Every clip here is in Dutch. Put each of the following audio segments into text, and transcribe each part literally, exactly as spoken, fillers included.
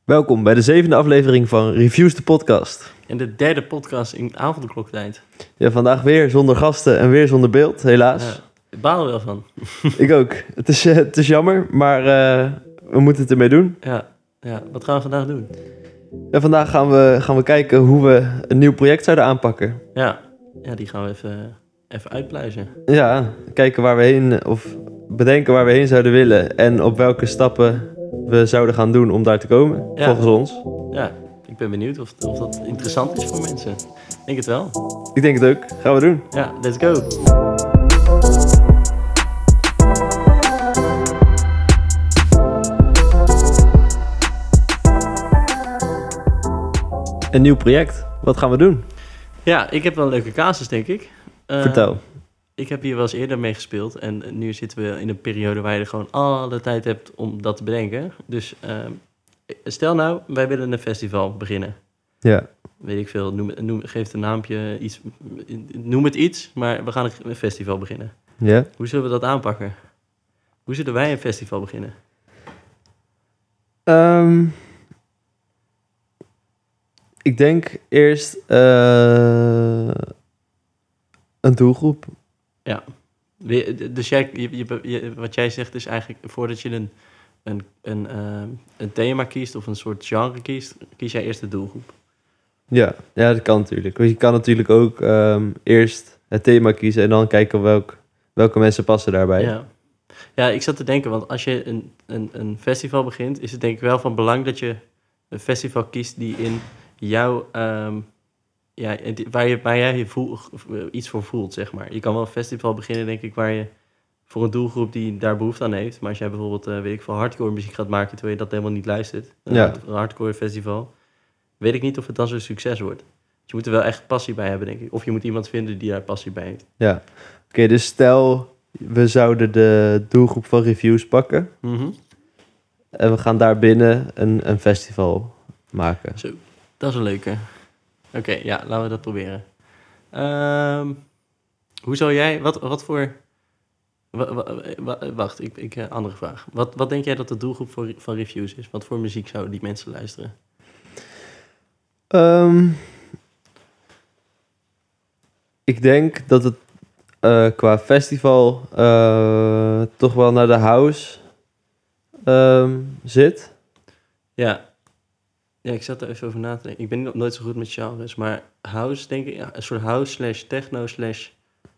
Welkom bij de zevende aflevering van Reviews de podcast. En de derde podcast in avondkloktijd. Ja, vandaag weer zonder gasten en weer zonder beeld, helaas. Ja, ik baal er wel van. Ik ook. Het is, uh, het is jammer, maar uh, we moeten het ermee doen. Ja, ja, wat gaan we vandaag doen? Ja, vandaag gaan we, gaan we kijken hoe we een nieuw project zouden aanpakken. Ja, ja die gaan we even, even uitpluizen. Ja, kijken waar we heen, of bedenken waar we heen zouden willen en op welke stappen we zouden gaan doen om daar te komen, Ja. volgens ons. Ja, ik ben benieuwd of, of dat interessant is voor mensen. Ik denk het wel. Ik denk het ook. Gaan we doen. Ja, let's go. Een nieuw project. Wat gaan we doen? Ja, ik heb wel een leuke casus, denk ik. Uh, Vertel. Ik heb hier wel eens eerder mee gespeeld. En nu zitten we in een periode waar je er gewoon alle tijd hebt om dat te bedenken. Dus uh, stel nou, wij willen een festival beginnen. Ja. Weet ik veel, noem, noem, geef het een naampje, iets, noem het iets, maar we gaan een festival beginnen. Ja. Hoe zullen we dat aanpakken? Hoe zullen wij een festival beginnen? Um, ik denk eerst uh, een doelgroep. Ja, dus jij, je, je, je, wat jij zegt is eigenlijk, voordat je een, een, een, uh, een thema kiest of een soort genre kiest, kies jij eerst de doelgroep. Ja, ja, dat kan natuurlijk. Je kan natuurlijk ook um, eerst het thema kiezen en dan kijken welk, welke mensen passen daarbij. Ja. Ja, ik zat te denken, want als je een, een, een festival begint, is het denk ik wel van belang dat je een festival kiest die in jouw, um, ja, waar, je, waar jij je voel, iets voor voelt, zeg maar. Je kan wel een festival beginnen, denk ik, waar je voor een doelgroep die daar behoefte aan heeft. Maar als jij bijvoorbeeld, uh, weet ik veel, hardcore muziek gaat maken, terwijl je dat helemaal niet luistert, ja. Een hardcore festival, weet ik niet of het dan zo'n succes wordt. Dus je moet er wel echt passie bij hebben, denk ik. Of je moet iemand vinden die daar passie bij heeft. Ja, oké, okay, dus stel we zouden de doelgroep van reviews pakken. Mm-hmm. En we gaan daar binnen een, een festival maken. Zo, dat is een leuke. Oké, okay, ja, laten we dat proberen. Um, hoe zou jij, wat, wat voor... W- w- w- wacht, ik, ik, uh, andere vraag. Wat, wat denk jij dat de doelgroep voor, van reviews is? Wat voor muziek zouden die mensen luisteren? Um, ik denk dat het uh, qua festival uh, toch wel naar de house um, zit. Ja. Ja, ik zat er even over na te denken. Ik ben nooit zo goed met genres, maar house denk ik, ja, een soort house slash techno slash...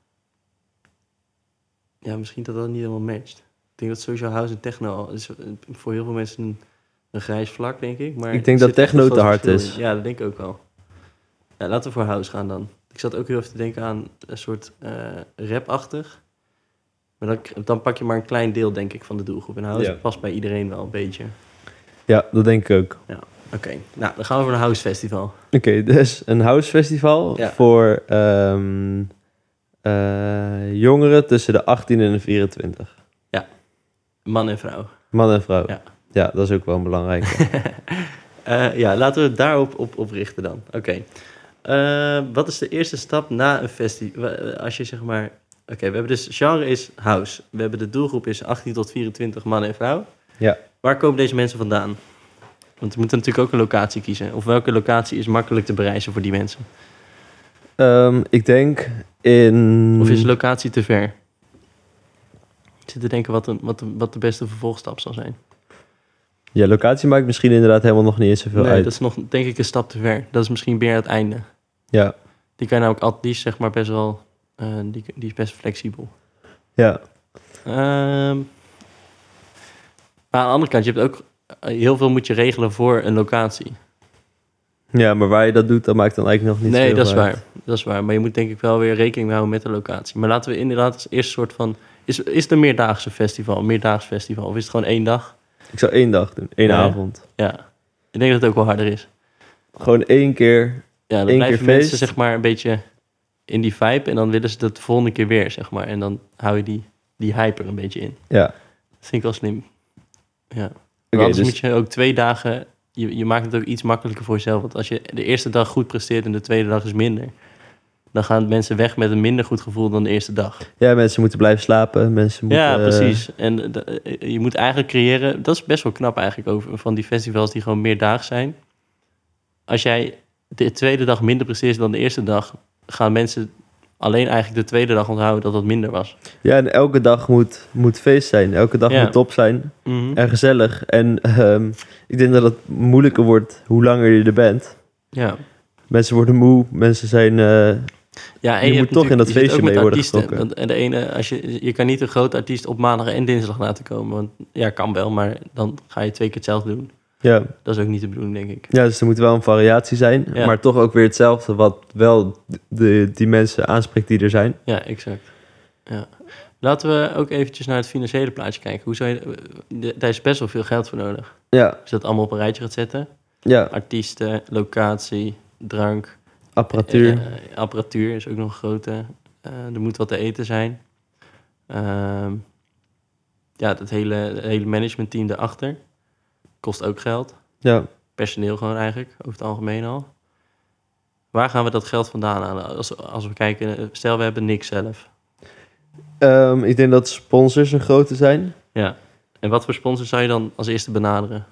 Ja, misschien dat dat niet helemaal matcht. Ik denk dat sowieso house en techno al is voor heel veel mensen een, een grijs vlak, denk ik. Maar ik denk dat techno te hard is. In. Ja, dat denk ik ook wel. Ja, laten we voor house gaan dan. Ik zat ook heel even te denken aan een soort uh, rap-achtig. Maar dan, dan pak je maar een klein deel, denk ik, van de doelgroep. En house ja. past bij iedereen wel een beetje. Ja, dat denk ik ook. Ja, oké. Okay. Nou, dan gaan we voor een house festival. Oké, okay, dus een house festival ja. voor um, uh, jongeren tussen de achttien en de vierentwintig. Ja, man en vrouw. Man en vrouw. Ja, ja dat is ook wel een belangrijke. uh, ja, laten we het daarop op, op richten dan. Oké. Okay. Uh, wat is de eerste stap na een festival? Als je zeg maar... Oké, okay, we hebben dus... Genre is house. We hebben de doelgroep is achttien tot vierentwintig, man en vrouw. Ja. Waar komen deze mensen vandaan? Want we moeten natuurlijk ook een locatie kiezen. Of welke locatie is makkelijk te bereizen voor die mensen? Um, ik denk in... Of is de locatie te ver? Ik zit te denken wat de, wat de, wat de beste vervolgstap zal zijn. Ja, locatie maakt misschien inderdaad helemaal nog niet eens zoveel nee, uit. Dat is nog, denk ik, een stap te ver. Dat is misschien meer het einde. Ja. Die kan je namelijk altijd, die is zeg maar best wel, uh, die, die is best flexibel. Ja. Um, maar aan de andere kant, je hebt ook heel veel moet je regelen voor een locatie. Ja, maar waar je dat doet, dat maakt dan eigenlijk nog niet nee, zoveel dat is uit. waar. Dat is waar. Maar je moet denk ik wel weer rekening houden met de locatie. Maar laten we inderdaad als eerste soort van... Is, is het een meerdaagse festival, een meerdaags festival? Of is het gewoon één dag? Ik zou één dag doen, één ja, avond. Ja, ik denk dat het ook wel harder is. Gewoon één keer Ja, dan één blijven keer mensen feest. zeg maar een beetje in die vibe... en dan willen ze dat de volgende keer weer, zeg maar. En dan hou je die, die hype er een beetje in. Ja. Dat vind ik wel slim. Ja. Okay, anders dus... moet je ook twee dagen... Je, je maakt het ook iets makkelijker voor jezelf. Want als je de eerste dag goed presteert en de tweede dag is minder... dan gaan mensen weg met een minder goed gevoel dan de eerste dag. Ja, mensen moeten blijven slapen. Mensen moeten, Ja, uh, precies. En de, je moet eigenlijk creëren... Dat is best wel knap eigenlijk over van die festivals die gewoon meerdaags zijn. Als jij de tweede dag minder presteert dan de eerste dag, gaan mensen alleen eigenlijk de tweede dag onthouden dat dat minder was. Ja, en elke dag moet, moet feest zijn. Elke dag Ja. moet top zijn. Mm-hmm. En gezellig. En um, ik denk dat het moeilijker wordt hoe langer je er bent. Ja. Mensen worden moe. Mensen zijn... Uh, Ja, en je, je moet toch in dat feestje mee worden getrokken. En de ene, als je, je kan niet een grote artiest op maandag en dinsdag laten komen. Want ja, kan wel, maar dan ga je twee keer hetzelfde doen. Ja. Dat is ook niet de bedoeling, denk ik. Ja, dus er moet wel een variatie zijn. Ja. Maar toch ook weer hetzelfde wat wel de, die mensen aanspreekt die er zijn. Ja, exact. Ja. Laten we ook eventjes naar het financiële plaatje kijken. Hoe zou je, daar is best wel veel geld voor nodig. Ja. Als je dat allemaal op een rijtje gaat zetten. Ja. Artiesten, locatie, drank. Apparatuur. Uh, apparatuur is ook nog een grote. Uh, er moet wat te eten zijn. Uh, ja, het hele, het hele managementteam daarachter. Kost ook geld. Ja. Personeel gewoon eigenlijk, over het algemeen al. Waar gaan we dat geld vandaan halen? Als, als we kijken, stel we hebben niks zelf. Um, ik denk dat sponsors een grote zijn. Ja. En wat voor sponsors zou je dan als eerste benaderen?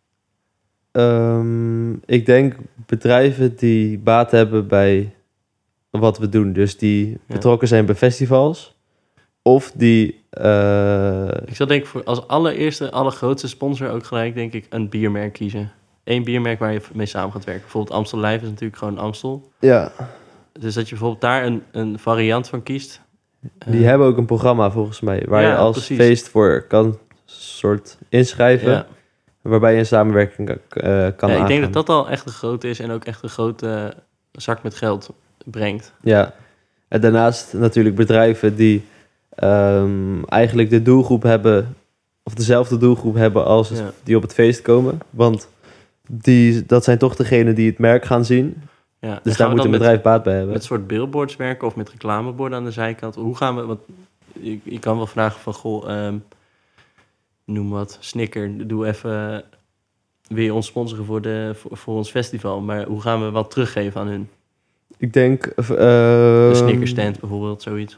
Um, ik denk bedrijven die baat hebben bij wat we doen. Dus die ja. betrokken zijn bij festivals. Of die... Uh... Ik zou denk voor als allereerste, allergrootste sponsor ook gelijk, denk ik, een biermerk kiezen. Eén biermerk waar je mee samen gaat werken. Bijvoorbeeld Amstel Live is natuurlijk gewoon Amstel. Ja. Dus dat je bijvoorbeeld daar een, een variant van kiest. Die uh, hebben ook een programma volgens mij. Waar ja, je als precies. feest voor kan soort inschrijven. Ja. Waarbij je een samenwerking uh, kan ja, Ik aangaan. denk dat dat al echt een grote is en ook echt een grote zak met geld brengt. Ja. En daarnaast natuurlijk bedrijven die um, eigenlijk de doelgroep hebben, of dezelfde doelgroep hebben als het, ja. die op het feest komen. Want die, dat zijn toch degenen die het merk gaan zien. Ja. Dus daar moet een bedrijf met, baat bij hebben. Met soort billboards werken of met reclameborden aan de zijkant. Hoe gaan we... Want je, je kan wel vragen van, goh, um, noem wat, Snicker, doe even... Wil je ons sponsoren voor, de, voor, voor ons festival? Maar hoe gaan we wat teruggeven aan hun? Ik denk... Uh, de Snickerstand bijvoorbeeld, zoiets.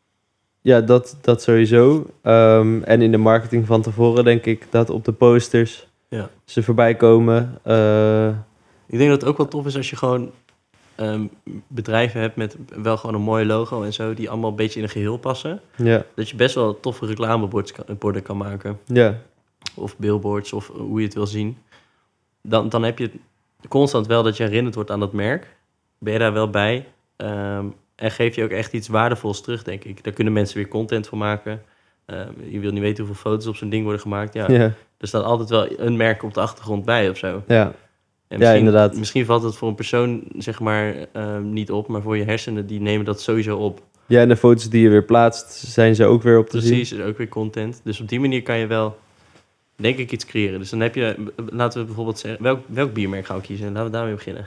Ja, dat, dat sowieso. Um, en in de marketing van tevoren denk ik dat op de posters ja. ze voorbij komen. Uh, ik denk dat het ook wel tof is als je gewoon um, bedrijven hebt met wel gewoon een mooi logo en zo, die allemaal een beetje in een geheel passen. Ja. Dat je best wel toffe reclameborden kan maken. Ja. Of billboards, of hoe je het wil zien. Dan, dan heb je constant wel dat je herinnerd wordt aan dat merk. Ben je daar wel bij? Um, en geef je ook echt iets waardevols terug, denk ik. Daar kunnen mensen weer content van maken. Uh, je wil niet weten hoeveel foto's op zo'n ding worden gemaakt. Ja, ja. Er staat altijd wel een merk op de achtergrond bij of zo. Ja, en ja inderdaad. Misschien valt het voor een persoon zeg maar uh, niet op, maar voor je hersenen, die nemen dat sowieso op. Ja, en de foto's die je weer plaatst, zijn ze ook weer op te Precies, zien. Precies, is ook weer content. Dus op die manier kan je wel, denk ik, iets creëren. Dus dan heb je, laten we bijvoorbeeld zeggen, welk, welk biermerk gaan we kiezen? Laten we daarmee beginnen.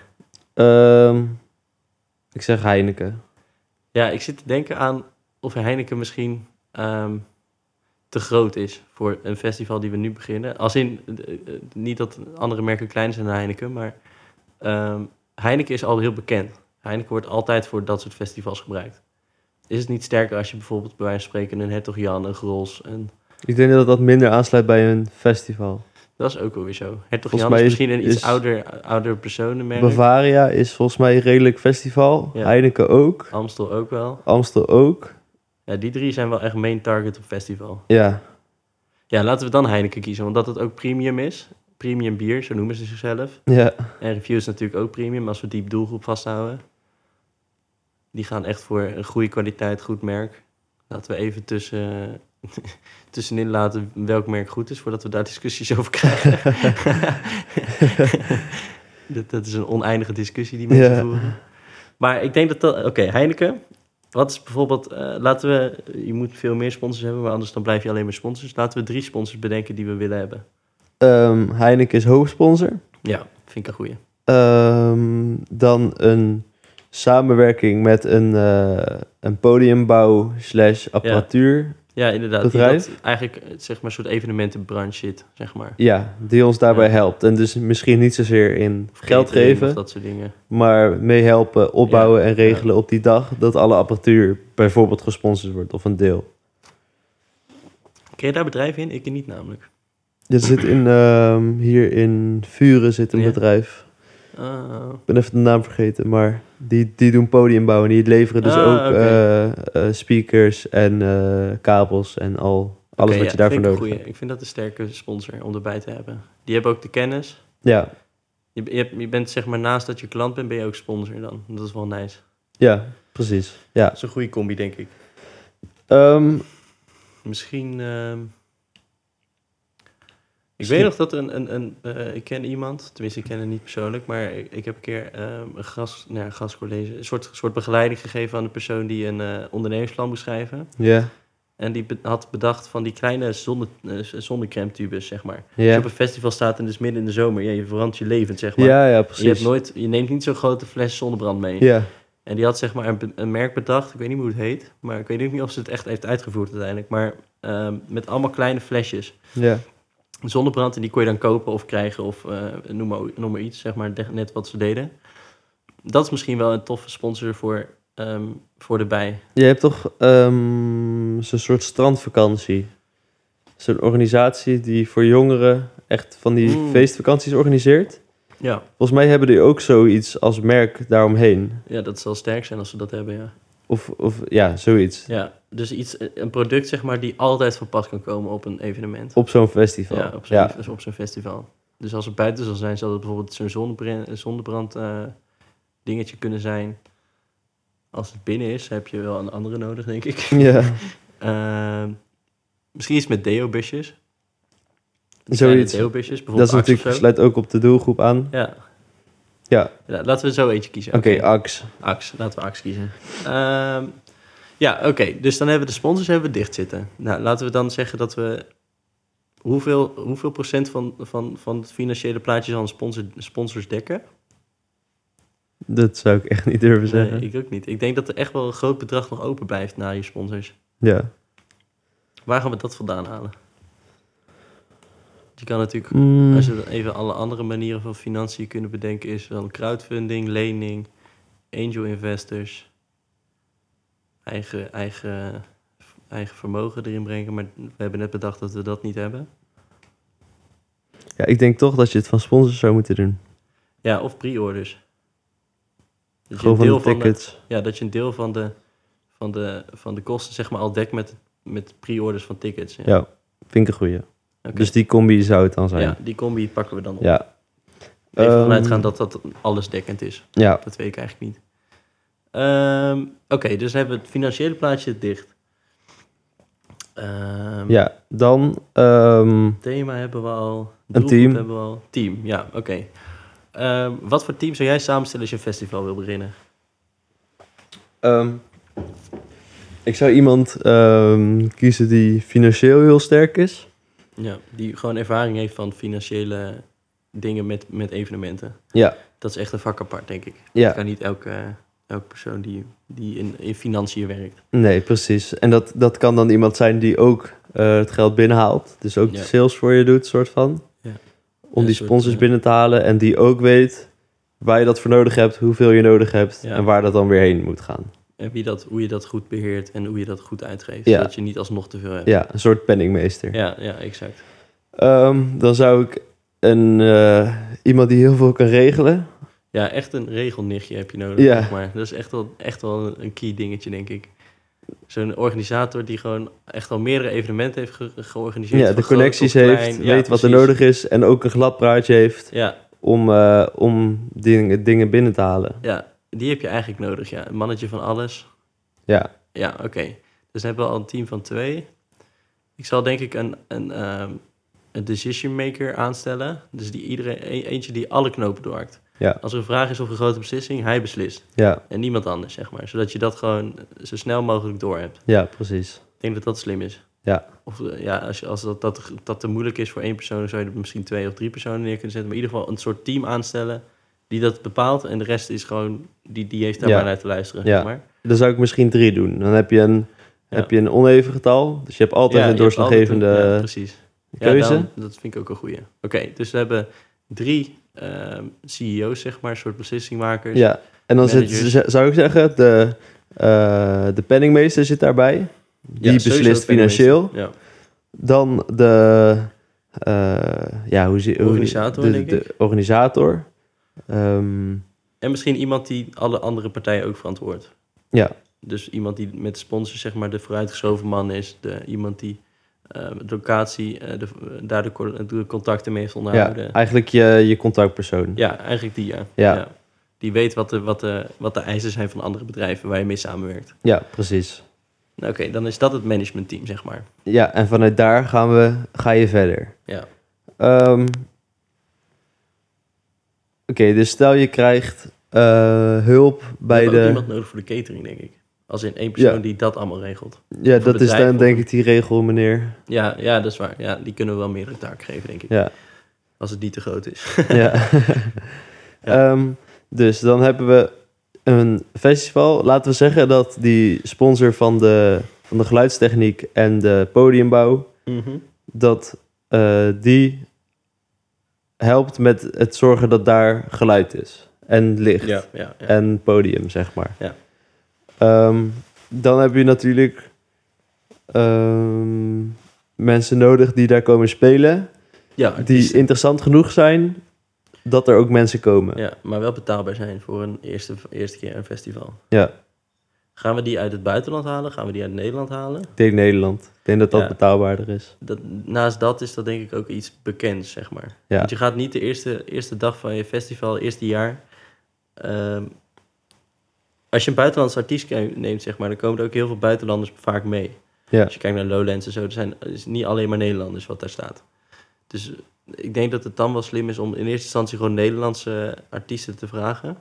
Um, ik zeg Heineken. Ja, ik zit te denken aan of Heineken misschien um, te groot is voor een festival die we nu beginnen. Als in, uh, uh, niet dat andere merken kleiner zijn dan Heineken, maar um, Heineken is al heel bekend. Heineken wordt altijd voor dat soort festivals gebruikt. Is het niet sterker als je bijvoorbeeld bij wijze van spreken een Hertog Jan, een Grols... Een... Ik denk dat dat minder aansluit bij een festival. Dat is ook wel weer zo. Hertog volgens Jan mij is misschien een iets is ouder, ouder personenmerk. Bavaria is volgens mij redelijk festival. Ja. Heineken ook. Amstel ook wel. Amstel ook. Ja, die drie zijn wel echt main target op festival. Ja. Ja, laten we dan Heineken kiezen, omdat het ook premium is. Premium bier, zo noemen ze zichzelf. Ja. En Review is natuurlijk ook premium, als we die doelgroep vasthouden. Die gaan echt voor een goede kwaliteit, goed merk. Laten we even tussen, tussenin laten welk merk goed is, voordat we daar discussies over krijgen. dat, dat is een oneindige discussie die mensen ja. voeren. Maar ik denk dat dat... Oké, okay, Heineken. Wat is bijvoorbeeld... Uh, laten we... Je moet veel meer sponsors hebben, maar anders dan blijf je alleen maar sponsors. Laten we drie sponsors bedenken die we willen hebben. Um, Heineken is hoofdsponsor. Ja, vind ik een goeie. Um, dan een samenwerking met een, uh, een podiumbouw slash apparatuur Ja, inderdaad. bedrijf. Die dat eigenlijk zeg maar een soort evenementenbranche zit, zeg maar. Ja, die ons daarbij Ja. helpt. En dus misschien niet zozeer in Of geld catering geven, Of dat soort dingen. maar meehelpen, opbouwen Ja, en regelen op die dag dat alle apparatuur bijvoorbeeld gesponsord wordt of een deel. Ken je daar bedrijven in? Ik niet namelijk. Er zit in, ehm, hier in Vuren zit een Ja. bedrijf. Oh. Ik ben even de naam vergeten, maar die, die doen podiumbouwen. Die leveren dus Ah, ook oké. eh, eh, speakers en eh, kabels en al alles Oké, wat je ja, daarvoor vind ik een nodig goeie. hebt. Ik vind dat een sterke sponsor om erbij te hebben. Die hebben ook de kennis. Ja, Je, je, hebt- je bent zeg maar naast dat je klant bent, ben je ook sponsor dan. Dat is wel nice. ja, precies. Ja. Dat is een goede combi, denk ik. Ehm, Misschien... ehm, Ik Misschien- weet nog dat er een... een, een eh, ik ken iemand, tenminste ik ken hem niet persoonlijk... maar ik, ik heb een keer ehm, een, gast, nou, ja, een gastcollege... een soort, soort begeleiding gegeven aan de persoon... die een eh, ondernemingsplan moest schrijven. Ja, En die be- had bedacht van die kleine zonne, eh, zonnecrème tubes, zeg maar. Als je ja. op een festival staat en dus midden in de zomer... Ja, je verandert je levend, zeg maar. Ja, ja, En precies. je, hebt nooit, je neemt niet zo'n grote fles zonnebrand mee. Ja, En die had zeg maar een, be- een merk bedacht, ik weet niet hoe het heet... maar ik weet ook niet of ze het echt heeft uitgevoerd uiteindelijk... maar ehm, met allemaal kleine flesjes... ja, zonnebrand en die kon je dan kopen of krijgen of uh, noem, maar, noem maar iets, zeg maar, net wat ze deden. Dat is misschien wel een toffe sponsor voor, um, voor de bij. je hebt toch um, zo'n soort strandvakantie. Zo'n organisatie die voor jongeren echt van die Mm. feestvakanties organiseert. Ja. Volgens mij hebben die ook zoiets als merk daaromheen. Ja, dat zal sterk zijn als ze dat hebben, ja. Of, of ja, zoiets. Ja, dus iets, een product zeg maar die altijd van pas kan komen op een evenement. Op zo'n festival. Ja, op zo'n, Ja. op zo'n festival. Dus als het buiten zal zijn, zal het bijvoorbeeld zo'n zonnebrand, zonnebrand uh, dingetje kunnen zijn. Als het binnen is, heb je wel een andere nodig, denk ik. Ja. uh, misschien iets met deo-busjes. Zoiets. Deo-busjes, Dat is natuurlijk, sluit ook op de doelgroep aan. Ja. Ja. Ja, laten we zo eentje kiezen. Oké, okay, okay. Axe. Axe, laten we Axe kiezen. Um, ja, oké. Okay. Dus dan hebben we de sponsors hebben we dicht zitten. Nou, laten we dan zeggen dat we... Hoeveel, hoeveel procent van, van, van het financiële plaatje zal een sponsor, sponsors dekken? Dat zou ik echt niet durven zeggen. Nee, ik ook niet. Ik denk dat er echt wel een groot bedrag nog open blijft na je sponsors. Ja. Waar gaan we dat vandaan halen? Je kan natuurlijk, mm. als je even alle andere manieren van financiën kunnen bedenken, is dan crowdfunding, lening, angel investors, eigen, eigen, eigen vermogen erin brengen. Maar we hebben net bedacht dat we dat niet hebben. Ja, ik denk toch dat je het van sponsors zou moeten doen. Ja, of pre-orders. Dat Gewoon je een van deel de tickets. Van de, ja, dat je een deel van de, van de, van de kosten zeg maar al dekt met, met pre-orders van tickets. Ja, ja vind ik een goeie. Okay. Dus die combi zou het dan zijn. Ja, die combi pakken we dan op. Ja. Even Um, vanuit gaan dat dat allesdekkend is. Ja. Dat weet ik eigenlijk niet. Um, Oké, okay, dus hebben we het financiële plaatje dicht. Um, ja, dan... Um, thema hebben we al. Een team. Hebben we al. Team, ja, oké. Okay. Um, wat voor team zou jij samenstellen als je een festival wil beginnen? Um, ik zou iemand um, kiezen die financieel heel sterk is. Ja, die gewoon ervaring heeft van financiële dingen met, met evenementen. Ja. Dat is echt een vak apart, denk ik. Ja. Dat kan niet elke, elke persoon die, die in, in financiën werkt. Nee, precies. En dat, dat kan dan iemand zijn die ook uh, het geld binnenhaalt. Dus ook ja. de sales voor je doet, soort van. Ja. Om ja, die sponsors soort, uh, binnen te halen. En die ook weet waar je dat voor nodig hebt, hoeveel je nodig hebt. Ja. En waar dat dan weer heen moet gaan. En wie dat, hoe je dat goed beheert en hoe je dat goed uitgeeft. Ja. Zodat je niet alsnog te veel hebt. Ja, een soort penningmeester. Ja, ja, exact. Um, dan zou ik een, uh, iemand die heel veel kan regelen. Ja, echt een regelnichtje heb je nodig. Ja. Zeg maar. Dat is echt wel, echt wel een key dingetje, denk ik. Zo'n organisator die gewoon echt al meerdere evenementen heeft ge- georganiseerd. Ja, de connecties heeft, ja, weet wat er nodig is. En ook een glad praatje heeft ja. om, uh, om dingen, dingen binnen te halen. Ja, die heb je eigenlijk nodig, ja. Een mannetje van alles. Ja. Ja, oké. Okay. Dus dan hebben we al een team van twee. Ik zal denk ik een, een, um, een decision maker aanstellen. Dus die iedereen, e- eentje die alle knopen doorhakt. Ja. Als er een vraag is of een grote beslissing, hij beslist. Ja. En niemand anders, zeg maar. Zodat je dat gewoon zo snel mogelijk door hebt. Ja, precies. Ik denk dat dat slim is. Ja. Of ja, als, je, als dat, dat, dat te moeilijk is voor één persoon, dan zou je er misschien twee of drie personen neer kunnen zetten. Maar in ieder geval een soort team aanstellen die dat bepaalt. En de rest is gewoon, die, die heeft daar ja. maar naar te luisteren. Ja. Zeg maar. Dan zou ik misschien drie doen. Dan heb je een, Ja. heb je een oneven getal. Dus je hebt altijd Ja, een je hebt altijd doorslaggevende een- ja, precies. keuze. Ja, dan- dat vind ik ook een goeie. Oké, dus we hebben drie ehm, C E O's, zeg maar, soort beslissingmakers. Ja, en dan zit, managers. z- zou ik zeggen, de, eh, de penningmeester zit daarbij. Die Ja, sowieso beslist de penningmeester. financieel. Ja. Dan de, eh, ja, hoe zie, hoe- Organisator, de, denk de ik. organisator. Ehm, En misschien iemand die alle andere partijen ook verantwoordt. ja, Dus iemand die met de sponsors, zeg maar, de vooruitgeschoven man is. De, iemand die eh, de locatie, eh, de, daar de, co- de contacten mee heeft ja, onderhouden. Ja, eigenlijk je, je contactpersoon. eigenlijk die, ja. Ja. Die weet wat de, wat, de, wat de eisen zijn van andere bedrijven waar je mee samenwerkt. Ja, precies. Nou, Oké, dan is dat het managementteam, zeg maar. Ja, en vanuit daar gaan we, ga je verder. Ja. Ehm, Oké, dus stel je krijgt eh, hulp We bij hebben ook de... iemand nodig voor de catering, denk ik. Als in één persoon Ja. die dat allemaal regelt. Ja, Of dat is bedrijf dan of denk een- ik die regel, meneer. Ja, ja, dat is waar. Ja, die kunnen we wel meerdere taken geven, denk ik. Ja. Als het niet te groot is. Ja. Ehm, dus dan hebben we een festival. Laten we zeggen dat die sponsor van de, van de geluidstechniek en de podiumbouw, Mhm. dat eh, die helpt met het zorgen dat daar geluid is. En licht. Ja, ja, ja. En podium, zeg maar. Ja. Ehm, dan heb je natuurlijk ehm, mensen nodig die daar komen spelen. ja, Die artiesten. interessant genoeg zijn dat er ook mensen komen. Ja, maar wel betaalbaar zijn voor een eerste, eerste keer een festival. Ja, Gaan we die uit het buitenland halen? Gaan we die uit Nederland halen? ik denk Nederland. Ik denk dat dat Ja. betaalbaarder is. Dat, naast dat is dat denk ik ook iets bekends, zeg maar. Ja. Want je gaat niet de eerste, eerste dag van je festival, eerste jaar... ehm, als je een buitenlandse artiest ke- neemt, zeg maar, dan komen er ook heel veel buitenlanders vaak mee. Ja, Als je kijkt naar Lowlands en zo, er zijn het is niet alleen maar Nederlanders wat daar staat. Dus eh, ik denk dat het dan wel slim is om in eerste instantie gewoon Nederlandse artiesten te vragen.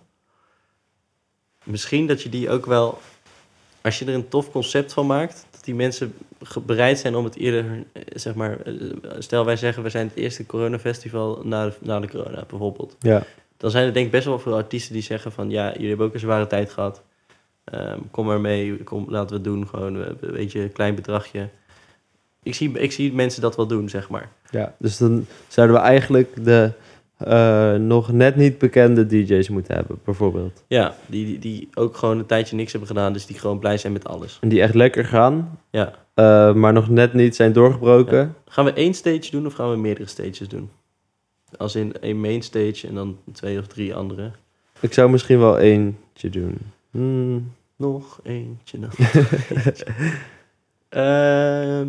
Misschien dat je die ook wel, als je er een tof concept van maakt, dat die mensen ge- bereid zijn om het eerder, eh, zeg maar, eh, stel wij zeggen we zijn het eerste coronafestival na de, na de corona bijvoorbeeld. ja, Dan zijn er denk ik best wel veel artiesten die zeggen van ja, jullie hebben ook een zware tijd gehad. Ehm, kom maar mee, kom, laten we het doen. Gewoon een beetje een klein bedragje. Ik zie, ik zie mensen dat wel doen, zeg maar. ja. Dus dan zouden we eigenlijk de eh, nog net niet bekende D J's moeten hebben, bijvoorbeeld. Ja, die, die, die ook gewoon een tijdje niks hebben gedaan, dus die gewoon blij zijn met alles. En die echt lekker gaan, Ja. eh, maar nog net niet zijn doorgebroken. Gaan we één stage doen of gaan we meerdere stages doen? Als in één main stage en dan twee of drie andere. Ik zou misschien wel eentje doen. Hmm, Nog eentje, nog eentje. Ehm,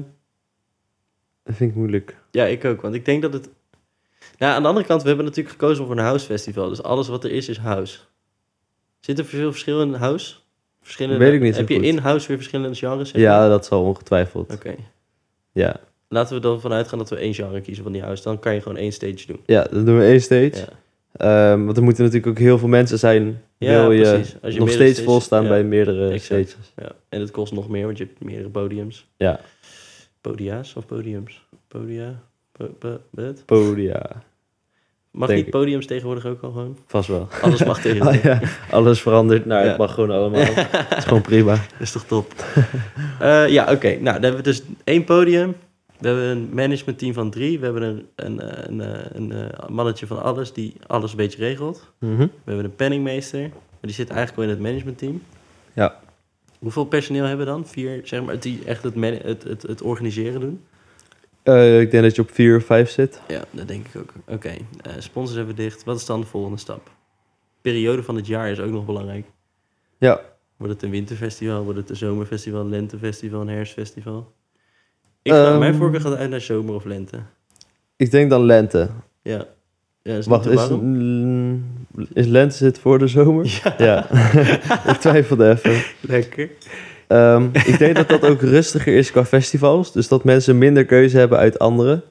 dat vind ik moeilijk. Ja, ik ook. Want ik denk dat het... Nou, aan de andere kant, we hebben natuurlijk gekozen voor een house festival. Dus alles wat er is, is house. Zit er veel verschil in house? Verschillende... Weet ik niet zo Heb je goed. in house weer verschillende genres? zeg Ja, maar? dat zal ongetwijfeld. Oké. Ja. Laten we dan vanuit gaan dat we één genre kiezen van die house. Dan kan je gewoon één stage doen. ja, dan doen we één stage. Ja, Ehm, want er moeten natuurlijk ook heel veel mensen zijn. Ja, wil je precies. Als je nog meerdere steeds stages- volstaan ja, bij meerdere exact. stages. ja. En het kost nog meer, want je hebt meerdere podiums. Ja, Podia's of podiums? Podia? Po- po- wat? podia. Mag Denk niet ik. podiums tegenwoordig ook al gewoon? Vast wel. Alles mag tegenwoordig. Ah, ja, alles verandert. Nou, Ja. het mag gewoon allemaal. Het is gewoon prima. Dat is toch top? Eh, ja, oké. Nou, dan hebben we dus één podium. We hebben een managementteam van drie. We hebben een, een, eh, een, eh, een, eh, mannetje van alles die alles een beetje regelt. Mhm. We hebben een penningmeester. Maar die zit eigenlijk wel in het managementteam. Ja. Hoeveel personeel hebben we dan? Vier, zeg maar, die echt het, man- het, het, het organiseren doen? Eh, ik denk dat je op vier of vijf zit. Ja, dat denk ik ook. Oké, eh, sponsors hebben we dicht. Wat is dan de volgende stap? Periode van het jaar is ook nog belangrijk. Ja. Wordt het een winterfestival? Wordt het een zomerfestival, een lentefestival, een herfstfestival? Ik ga, Ehm. mijn voorkeur gaat uit naar zomer of lente. Ik denk dan lente. Ja. Ja, is Wacht, niet te is, warm. mm, is lente zit voor de zomer? Ja, Ja. Ik twijfelde even. lekker. Ehm, ik denk dat dat ook rustiger is qua festivals. Dus dat mensen minder keuze hebben uit andere.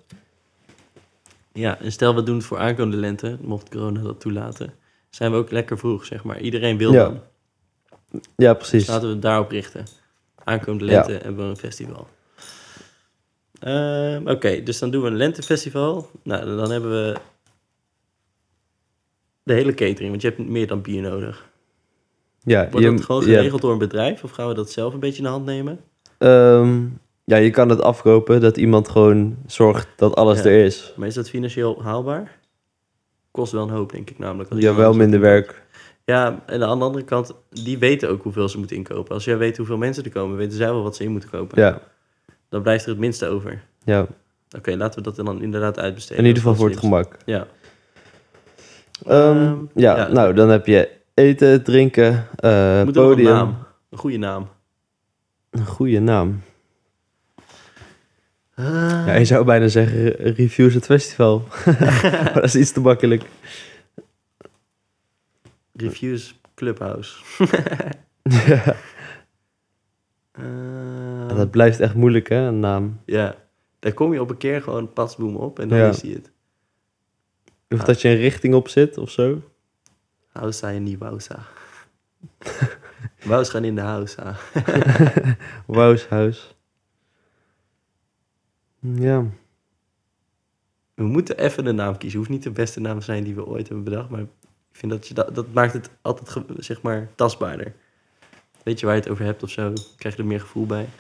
Ja, en stel we doen het voor aankomende lente, mocht corona dat toelaten, zijn we ook lekker vroeg, zeg maar. Iedereen wil Ja. dan. Ja, Dus precies. laten we het daarop richten. Aankomende Ja. lente hebben we een festival. Ehm, Oké, dus dan doen we een lentefestival. Nou, dan hebben we de hele catering, want je hebt meer dan bier nodig. Ja, Wordt je- dat gewoon ja, geregeld door een bedrijf of gaan we dat zelf een beetje in de hand nemen? Um, ja, je kan het afkopen dat iemand gewoon zorgt dat alles Ja. er is. Maar is dat financieel haalbaar? Kost wel een hoop, denk ik namelijk. Als Ja, iemand wel alles minder inkoopt. werk. Ja, en aan de andere kant, die weten ook hoeveel ze moeten inkopen. Als jij weet hoeveel mensen er komen, weten zij wel wat ze in moeten kopen. Ja, Dan blijft er het minste over. ja. Oké, okay, laten we dat dan inderdaad uitbesteden. In ieder geval Dat voor is het wel gemak. slimst. Ja. Um, Ehm, ja, ja, nou, dan heb je eten, drinken, uh, Moet er nog podium. een naam? Een goede naam. Een goede naam. Uh, Ja, je zou bijna zeggen, re- reviews het festival. Maar dat is iets te makkelijk. Reviews Clubhouse. Ja. Uh, Dat blijft echt moeilijk, hè, een naam. ja, daar kom je op een keer gewoon pasboom op en dan Ja. is hij het. Of dat je een richting op zit, of zo. Hausa en niet Wausa. Wous gaan in de Hausa. Wouwshuis. Ja. We moeten even een naam kiezen. Hoeft niet de beste naam te zijn die we ooit hebben bedacht, maar ik vind dat je dat, dat maakt het altijd ge- zeg maar tastbaarder. Weet je waar je het over hebt of zo, krijg je er meer gevoel bij.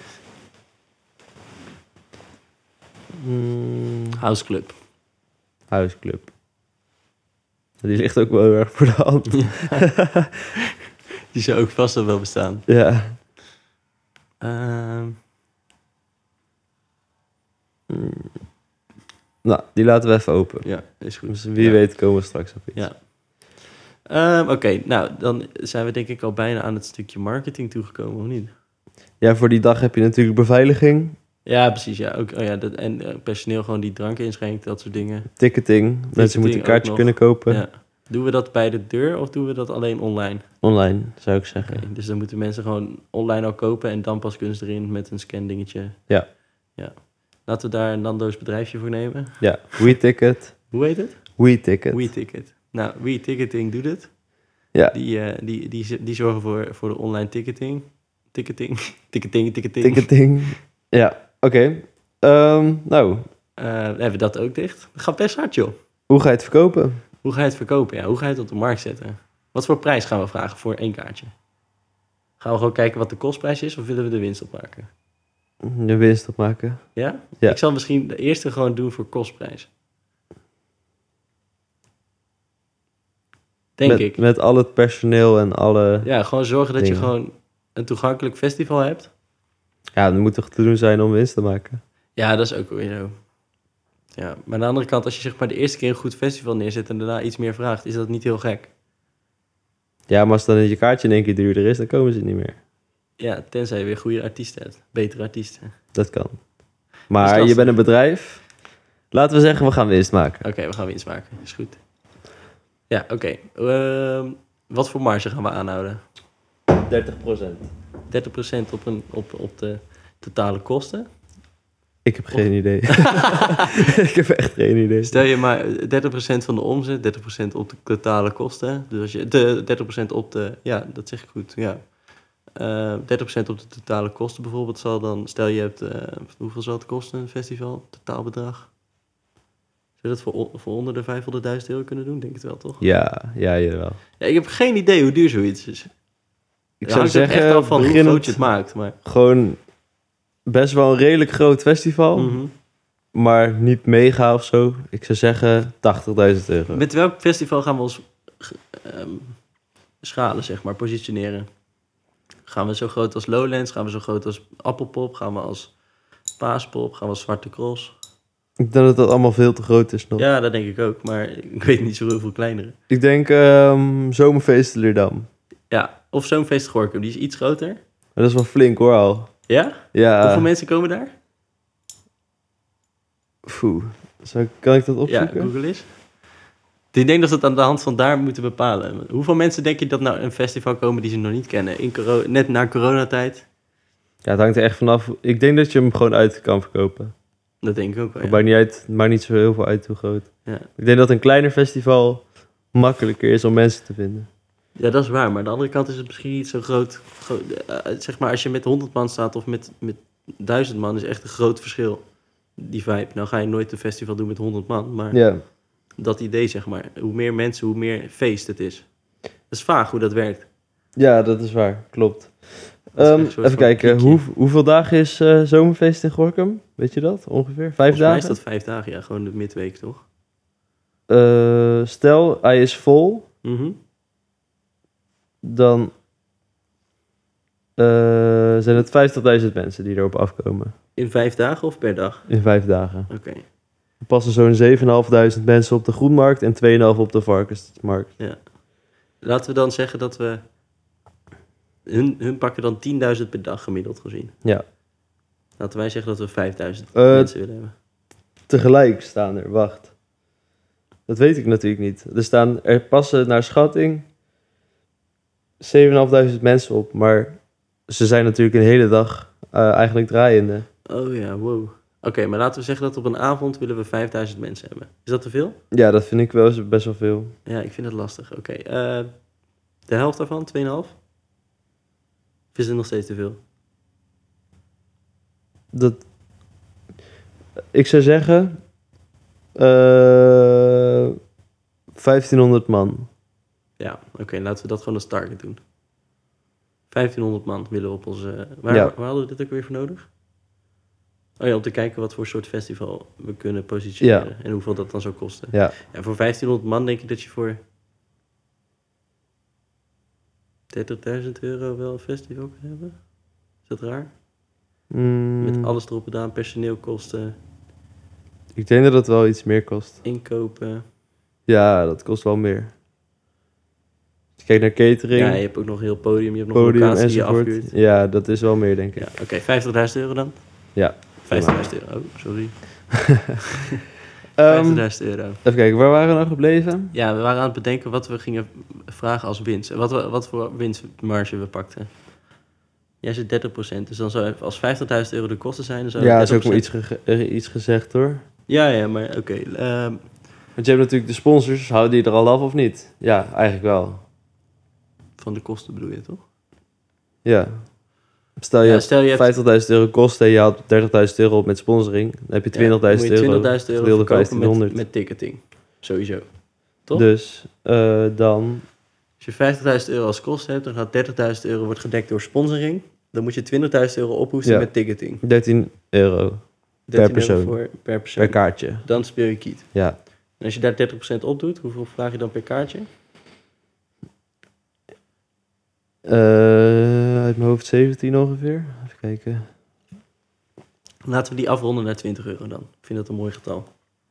Mm, House Club. huisclub. Die ligt ook wel heel erg voor de hand. Die zou ook vast wel wel bestaan. Ja. Ehm, Mm. Nou, die laten we even open. ja, is goed. Dus wie Ja. weet komen we straks op iets. Ja. Ehm, Oké, nou, dan zijn we denk ik al bijna aan het stukje marketing toegekomen, of niet? Ja, voor die dag heb je natuurlijk beveiliging, Ja, precies. Ja. Ook, oh ja, dat, en eh, personeel gewoon die dranken inschenkt, dat soort dingen. ticketing. Mensen moeten een ook kaartje nog. kunnen kopen. Ja. Doen we dat bij de deur of doen we dat alleen online? Online, zou ik zeggen. Oké, dus dan moeten mensen gewoon online al kopen en dan pas kunnen ze erin met een scan dingetje. Ja. Ja. Laten we daar een Nando's bedrijfje voor nemen. Ja, WeTicket. Hoe heet het? WeTicket. WeTicket. Nou, WeTicketing doet het. Ja, Die, eh, die, die, die zorgen voor, voor de online ticketing. Ticketing. Ticketing, ticketing. ticketing. Ja, oké. Ehm, nou, Eh, dan hebben we dat ook dicht. Dat gaat best hard, joh. hoe ga je het verkopen? Hoe ga je het verkopen? Ja, hoe ga je het op de markt zetten? Wat voor prijs gaan we vragen voor één kaartje? Gaan we gewoon kijken wat de kostprijs is of willen we de winst opmaken? De winst opmaken. Ja? Ja. Ik zal misschien de eerste gewoon doen voor kostprijs. Denk met, ik. Met al het personeel en alle... Ja, gewoon zorgen dat je dingen. gewoon een toegankelijk festival hebt. Ja, het moet toch te doen zijn om winst te maken? Ja, dat is ook weer zo. Ja, maar aan de andere kant, als je zeg maar de eerste keer een goed festival neerzet en daarna iets meer vraagt, is dat niet heel gek. Ja, maar als dan je kaartje in één keer duurder is, dan komen ze niet meer. Ja, tenzij je weer goede artiesten hebt. Betere artiesten. Dat kan. Dat Maar is je lastig. bent een bedrijf. Laten we zeggen, we gaan winst maken. Oké, we gaan winst maken. Is goed. Ja, oké. Ehm, wat voor marge gaan we aanhouden? dertig procent. dertig procent op, een, op, op de totale kosten. Ik heb geen idee. Ik heb echt geen idee. Stel je maar dertig procent van de omzet, dertig procent op de totale kosten. Dus als je de dertig procent op de, ja, dat zeg ik goed, ja. Uh, dertig procent op de totale kosten bijvoorbeeld zal dan, stel je hebt, uh, hoeveel zal het kosten een festival, totaalbedrag? Zou je dat voor, voor onder de vijfhonderdduizend euro kunnen doen? Denk het wel, toch? Ja, ja, jawel. Ja, ik heb geen idee hoe duur zoiets is. Ik Het zou hangt ook echt zeggen, af van hoe beginnend groot je het maakt. Maar, gewoon best wel een redelijk groot festival. mm-hmm. Maar niet mega of zo. Ik zou zeggen tachtigduizend euro. Met welk festival gaan we ons um, schalen, zeg maar, positioneren? Gaan we zo groot als Lowlands? Gaan we zo groot als Appelpop? Gaan we als Paaspop? Gaan we als Zwarte Cross? Ik denk dat dat allemaal veel te groot is nog. Ja, dat denk ik ook. Maar ik weet niet zo heel veel kleinere. Ik denk um, Zomerfeest Leerdam. Ja, of zo'n feest Gorkum. Die is iets groter. Maar dat is wel flink hoor al. Ja? Ja. Hoeveel mensen komen daar? Foe. Zou, kan ik dat opzoeken? Ja, Google eens. Ik denk dat we het aan de hand van daar moeten bepalen. Hoeveel mensen denk je dat nou een festival komen die ze nog niet kennen? In coro- net na coronatijd? Ja, het hangt er echt vanaf. Ik denk dat je hem gewoon uit kan verkopen. Dat denk ik ook wel, Het ja. maakt niet uit, het maakt niet zo heel veel uit hoe groot. Ja. Ik denk dat een kleiner festival makkelijker is om mensen te vinden. Ja, dat is waar. Maar aan de andere kant is het misschien niet zo groot. Gro- uh, zeg maar, als je met honderd man staat of met, met duizend man, is echt een groot verschil. Die vibe. Nou ga je nooit een festival doen met honderd man, maar Ja. dat idee, zeg maar. Hoe meer mensen, hoe meer feest het is. Dat is vaag hoe dat werkt. Ja, dat is waar. Klopt. Dat is Um, echt een soort even van kijken, piekje. hoe, hoeveel dagen is uh, zomerfeest in Gorinchem? Weet je dat ongeveer? Vijf Volgens mij dagen? is dat vijf dagen, ja. Gewoon de midweek, toch? Uh, stel, hij is vol, Mhm. dan uh, zijn het vijftigduizend mensen die erop afkomen. In vijf dagen of per dag? In vijf dagen. Oké. Okay. Er passen zo'n zevenduizend mensen op de groenmarkt en tweeënhalf op de varkensmarkt. Ja. Laten we dan zeggen dat we... Hun, hun pakken dan tienduizend per dag gemiddeld gezien. Ja. Laten wij zeggen dat we vijfduizend Uh, mensen willen hebben. Tegelijk staan er, wacht. Dat weet ik natuurlijk niet. Er, staan, er passen naar schatting zevenduizend mensen op, maar ze zijn natuurlijk een hele dag uh, eigenlijk draaiende. Oh ja, wow. Oké, okay, maar laten we zeggen dat op een avond willen we vijfduizend mensen hebben. Is dat te veel? Ja, dat vind ik wel best wel veel. Ja, ik vind het lastig. Oké, okay, uh, de helft daarvan, twee komma vijf? Of is het nog steeds te veel? Dat... Ik zou zeggen... Uh, vijftienhonderd man. Ja, oké, okay, laten we dat gewoon als target doen. vijftienhonderd man willen we op onze... Waar, ja. waar hadden we dit ook weer voor nodig? Oh ja, om te kijken wat voor soort festival we kunnen positioneren. Ja. En hoeveel dat dan zou kosten. Ja. Ja, voor vijftienhonderd man denk ik dat je voor... dertigduizend euro wel een festival kan hebben. Is dat raar? Mm. Met alles erop en aan, personeelkosten. Ik denk dat het wel iets meer kost. Inkopen. Ja, dat kost wel meer. Kijk naar catering. Ja, je hebt ook nog een heel podium. Je hebt nog podium een locatie die je afhuurt. Ja, dat is wel meer, denk ik. Ja, Oké, okay, vijftigduizend euro dan? Ja. vijftigduizend euro, oh, sorry. vijftigduizend euro. Even kijken, waar waren we nou gebleven? Ja, we waren aan het bedenken wat we gingen vragen als winst. Wat, we, wat voor winstmarge we pakten. Jij zit dertig procent, dus dan zou als vijftigduizend euro de kosten zijn... Dan zou ja, dat is ook maar iets, ge- iets gezegd, hoor. Ja, ja, maar oké. Okay, uh, Want je hebt natuurlijk de sponsors, houden die er al af of niet? Ja, eigenlijk wel. Van de kosten bedoel je, toch? Ja. Stel je, ja, stel je hebt vijftigduizend euro kosten en je had dertigduizend euro op met sponsoring. Dan heb je twintigduizend euro, twintigduizend euro verkopen vijftienhonderd. Met, met ticketing. Sowieso. Toch? Dus uh, dan... Als je vijftigduizend euro als kosten hebt, dan gaat dertigduizend euro wordt gedekt door sponsoring. Dan moet je twintigduizend euro ophoesten ja. met ticketing. dertien euro per persoon. Euro voor, per persoon. Per kaartje. Dan speel je kiet. Ja. En als je daar dertig procent op doet, hoeveel vraag je dan per kaartje? Uh, uit mijn hoofd zeventien ongeveer. Even kijken. Laten we die afronden naar twintig euro dan. Ik vind dat een mooi getal.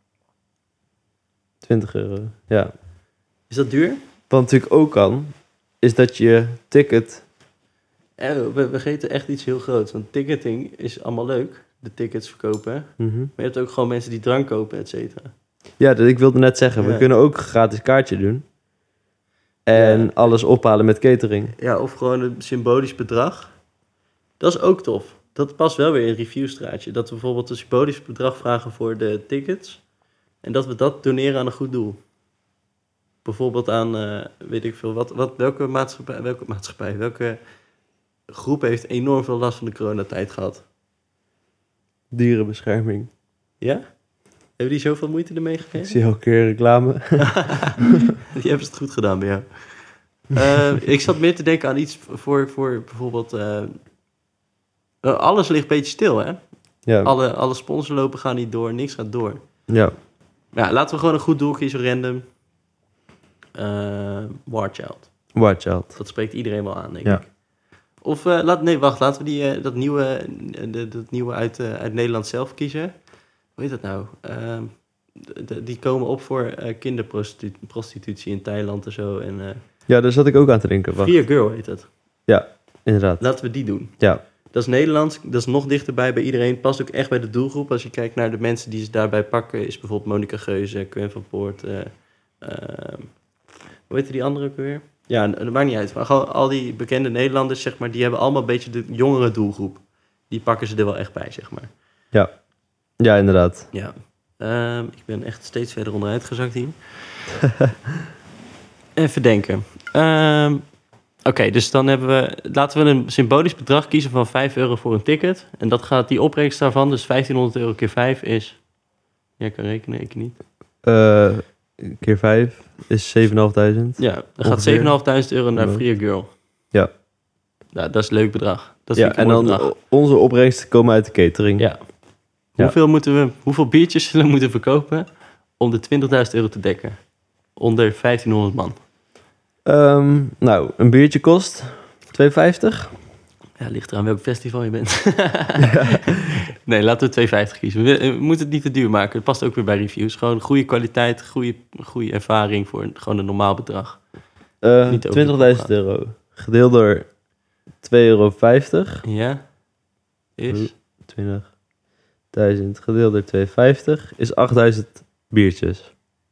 twintig euro, ja. Is dat duur? Wat natuurlijk ook kan, is dat je ticket... Ja, we vergeten echt iets heel groots. Want ticketing is allemaal leuk. De tickets verkopen. Mm-hmm. Maar je hebt ook gewoon mensen die drank kopen, et cetera. Ja, dat, ik wilde net zeggen. Ja. We kunnen ook een gratis kaartje doen. En ja. alles ophalen met catering. Ja, of gewoon een symbolisch bedrag. Dat is ook tof. Dat past wel weer in een reviewstraatje. Dat we bijvoorbeeld een symbolisch bedrag vragen voor de tickets. En dat we dat doneren aan een goed doel. Bijvoorbeeld aan, uh, weet ik veel, wat, wat, welke maatschappij, welke maatschappij, welke groep heeft enorm veel last van de coronatijd gehad? Dierenbescherming. Ja? Hebben die zoveel moeite ermee gekregen? Ik zie elke keer reclame. Die hebben het goed gedaan bij jou. Uh, ik zat meer te denken aan iets voor, voor bijvoorbeeld... Uh, uh, alles ligt een beetje stil, hè? Ja. Alle, alle sponsorlopen gaan niet door, niks gaat door. Ja. Ja, laten we gewoon een goed doel kiezen, random. Uh, War Child. War Child. Dat spreekt iedereen wel aan, denk ja. ik. Of, uh, laat, nee, wacht, laten we die, uh, dat nieuwe, de, dat nieuwe uit, uh, uit Nederland zelf kiezen. Hoe heet dat nou? Uh, de, de, die komen op voor uh, kinderprostitutie in Thailand en zo. En, uh, ja, daar zat ik ook aan te denken. Free a Girl heet dat. Ja, inderdaad. Laten we die doen. Ja. Dat is Nederlands, dat is nog dichterbij bij iedereen. Past ook echt bij de doelgroep. Als je kijkt naar de mensen die ze daarbij pakken... is bijvoorbeeld Monica Geuze, Quen van Poort... Uh, uh, hoe heet die andere ook weer? Ja, dat maakt niet uit. Maar gewoon al die bekende Nederlanders, zeg maar... die hebben allemaal een beetje de jongere doelgroep. Die pakken ze er wel echt bij, zeg maar. Ja, ja inderdaad. Ja. Uh, ik ben echt steeds verder onderuit gezakt hier. Even denken. Uh, Oké, okay, dus dan hebben we... Laten we een symbolisch bedrag kiezen van vijf euro voor een ticket. En dat gaat die opbrengst daarvan, dus vijftienhonderd euro keer vijf is... Jij kan rekenen, ik niet. Uh, keer vijf is zevenduizend vijfhonderd. Ja, dan gaat zevenduizend vijfhonderd euro naar Free a Girl. Ja. Nou, dat is een leuk bedrag. Dat ja, vind ik en een mooi dan bedrag. onze opbrengsten komen uit de catering. Ja. Ja. Hoeveel, moeten we, hoeveel biertjes zullen we moeten verkopen om de twintigduizend euro te dekken? Onder vijftienhonderd man. Um, nou, een biertje kost twee vijftig. Ja, ligt eraan welk festival je bent. ja. Nee, laten we twee vijftig kiezen. We, we moeten het niet te duur maken. Het past ook weer bij reviews. Gewoon goede kwaliteit, goede, goede ervaring voor een, gewoon een normaal bedrag. Uh, twintigduizend euro. Gedeeld door twee euro vijftig. Ja. Is? twintigduizend gedeeld door twee vijftig is achtduizend biertjes.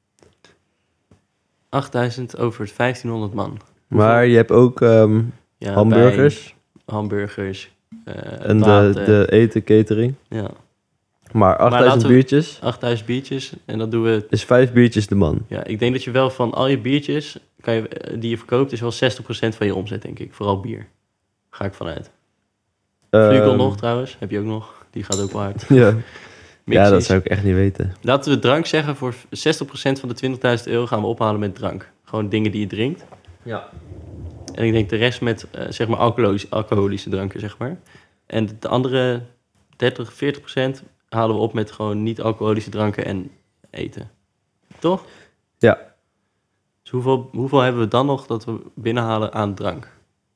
achtduizend over vijftienhonderd man. Hoeveel? Maar je hebt ook um, ja, hamburgers. Hamburgers. Uh, en de, de eten catering. Ja. Maar achtduizend maar biertjes. achtduizend biertjes. En dat doen we... Is vijf biertjes de man. Ja, ik denk dat je wel van al je biertjes kan je, die je verkoopt, is wel zestig procent van je omzet, denk ik. Vooral bier. Ga ik vanuit. Um, Vlugel nog trouwens. Heb je ook nog. Die gaat ook wel hard. Ja. Ja, dat zou ik echt niet weten. Laten we drank zeggen. Voor zestig procent van de twintigduizend euro gaan we ophalen met drank. Gewoon dingen die je drinkt. Ja. En ik denk de rest met, uh, zeg maar, alcoholische, alcoholische dranken, zeg maar. En de andere dertig, veertig procent halen we op met gewoon niet-alcoholische dranken en eten. Toch? Ja. Dus hoeveel, hoeveel hebben we dan nog dat we binnenhalen aan drank?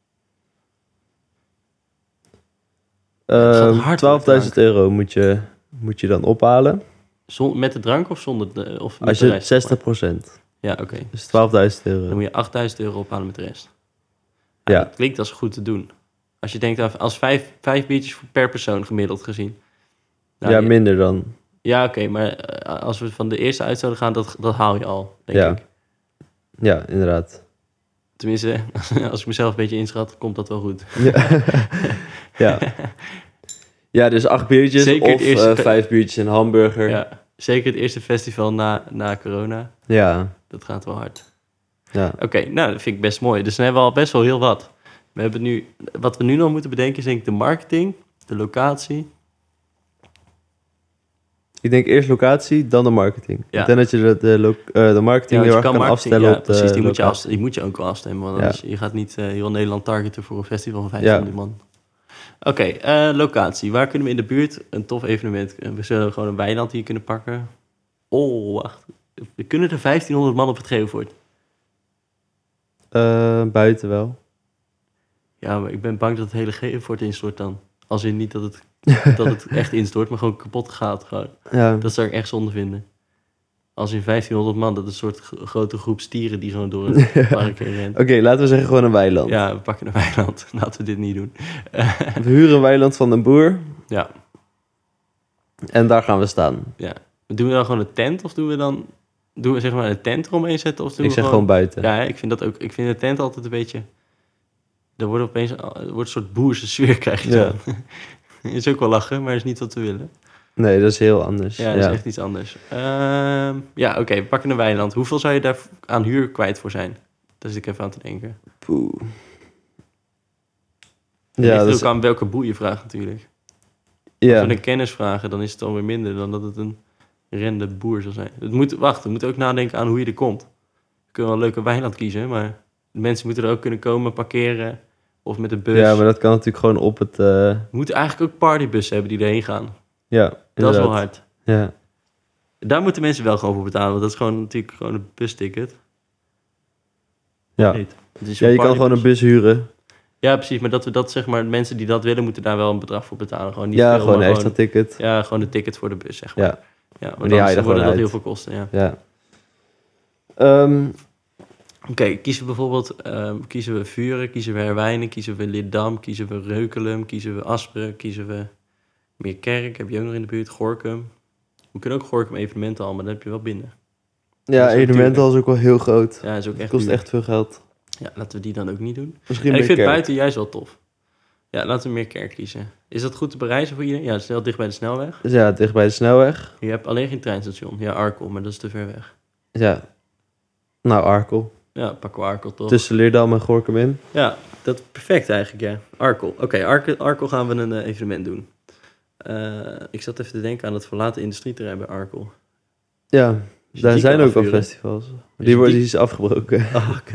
Uh, twaalfduizend euro moet je, moet je dan ophalen. Zon, met de drank of zonder de, of met Als de je rest? zestig procent. Ja, oké. Okay. Dus twaalfduizend euro. Dan moet je achtduizend euro ophalen met de rest. Ja, ja. Dat klinkt als goed te doen. Als je denkt, als vijf, vijf biertjes per persoon gemiddeld gezien. Nou, ja, minder dan. Ja, oké, okay, maar als we van de eerste uit zouden gaan, dat, dat haal je al, denk ja. ik. Ja, inderdaad. Tenminste, als ik mezelf een beetje inschat, komt dat wel goed. Ja, ja. ja dus acht biertjes zeker of eerste... uh, vijf biertjes en een hamburger. Ja, zeker het eerste festival na, na corona. Ja. Dat gaat wel hard. Ja. Oké, okay, nou, dat vind ik best mooi. Dus dan hebben we al best wel heel wat. We hebben nu, wat we nu nog moeten bedenken is denk ik de marketing, de locatie. Ik denk eerst locatie, dan de marketing. Ja. Ik denk dat je de, de, lo- uh, de marketing ja, heel erg kan, kan marketing, afstellen ja, op de precies, die moet, je locatie. afst- die moet je ook wel afstemmen. Want anders, ja. je gaat niet uh, heel Nederland targeten voor een festival van vijfhonderd ja. man. Oké, okay, uh, locatie. Waar kunnen we in de buurt een tof evenement... We zullen gewoon een weiland hier kunnen pakken. Oh, wacht. We kunnen er vijftienhonderd man op het Geovoort. Uh, buiten wel. Ja, maar ik ben bang dat het hele Geovoort instort dan. Als in niet dat het, dat het echt instort, maar gewoon kapot gaat. Gewoon. Ja. Dat zou ik echt zonde vinden. Als in vijftienhonderd man, dat is een soort g- grote groep stieren die gewoon door het park heen rent. Oké, okay, laten we zeggen gewoon een weiland. Ja, we pakken een weiland. Laten we dit niet doen. We huren een weiland van een boer. Ja. En daar gaan we staan. Ja. Doen we dan gewoon een tent of doen we dan... Doen we zeg maar een tent eromheen zetten? Of doen ik we zeg gewoon... gewoon buiten. Ja, ik vind dat ook. Ik vind de tent altijd een beetje... Er wordt opeens er wordt een soort boerse sfeer krijg je dan. Ja. Is ook wel lachen, maar is niet wat we willen. Nee, dat is heel anders. Ja, dat ja. is echt iets anders. Uh, ja, oké, okay, we pakken een weiland. Hoeveel zou je daar aan huur kwijt voor zijn? Daar zit ik even aan te denken. Poeh. Ja, ligt er ook is... aan welke boer je vraagt natuurlijk. Ja. Als we een kennis vragen, dan is het alweer minder dan dat het een rende boer zal zijn. Het moet, wacht, we moeten ook nadenken aan hoe je er komt. We kunnen wel een leuke weiland kiezen, maar de mensen moeten er ook kunnen komen, parkeren of met de bus. Ja, maar dat kan natuurlijk gewoon op het... Uh... We moeten eigenlijk ook partybussen hebben die erheen gaan. Ja, inderdaad. Dat is wel hard. Ja. Daar moeten mensen wel gewoon voor betalen, want dat is gewoon natuurlijk gewoon een busticket. Ja, ja je kan gewoon een bus huren. Ja, precies, maar dat we dat zeg maar, mensen die dat willen, moeten daar wel een bedrag voor betalen. Gewoon niet ja, veel, gewoon een gewoon, extra ticket. Ja, gewoon een ticket voor de bus, zeg maar. Ja, ja maar, maar dan worden dat uit. heel veel kosten, ja. Ja. Um, Oké, okay, kiezen we bijvoorbeeld, um, kiezen we Vuren, kiezen we Herwijnen, kiezen we Leerdam, kiezen we Reukelum, kiezen we Asperen, kiezen we Meerkerk, heb je ook nog in de buurt, Gorinchem. We kunnen ook Gorinchem evenementen al, maar dat heb je wel binnen. Ja, evenementen is ook wel heel groot. Ja, is ook echt het kost duur. echt veel geld. Ja, laten we die dan ook niet doen. Misschien en ik vind kerk. buiten juist wel tof. Ja, laten we Meerkerk kiezen. Is dat goed te bereizen voor iedereen? Ja, het is heel dicht bij de snelweg. Dus ja, dicht bij de snelweg. Je hebt alleen geen treinstation. Ja, Arkel, maar dat is te ver weg. Ja. Nou, Arkel. Ja, pakken we Arkel toch. Tussen Leerdam en Gorinchem in. Ja, dat is perfect eigenlijk, ja. Arkel. Oké, okay, Arkel, Arkel gaan we een uh, evenement doen. Uh, ik zat even te denken aan het verlaten industrieterrein bij Arkel. Ja, dus daar zijn ook al festivals. Die, die worden die is afgebroken. Oh, kut.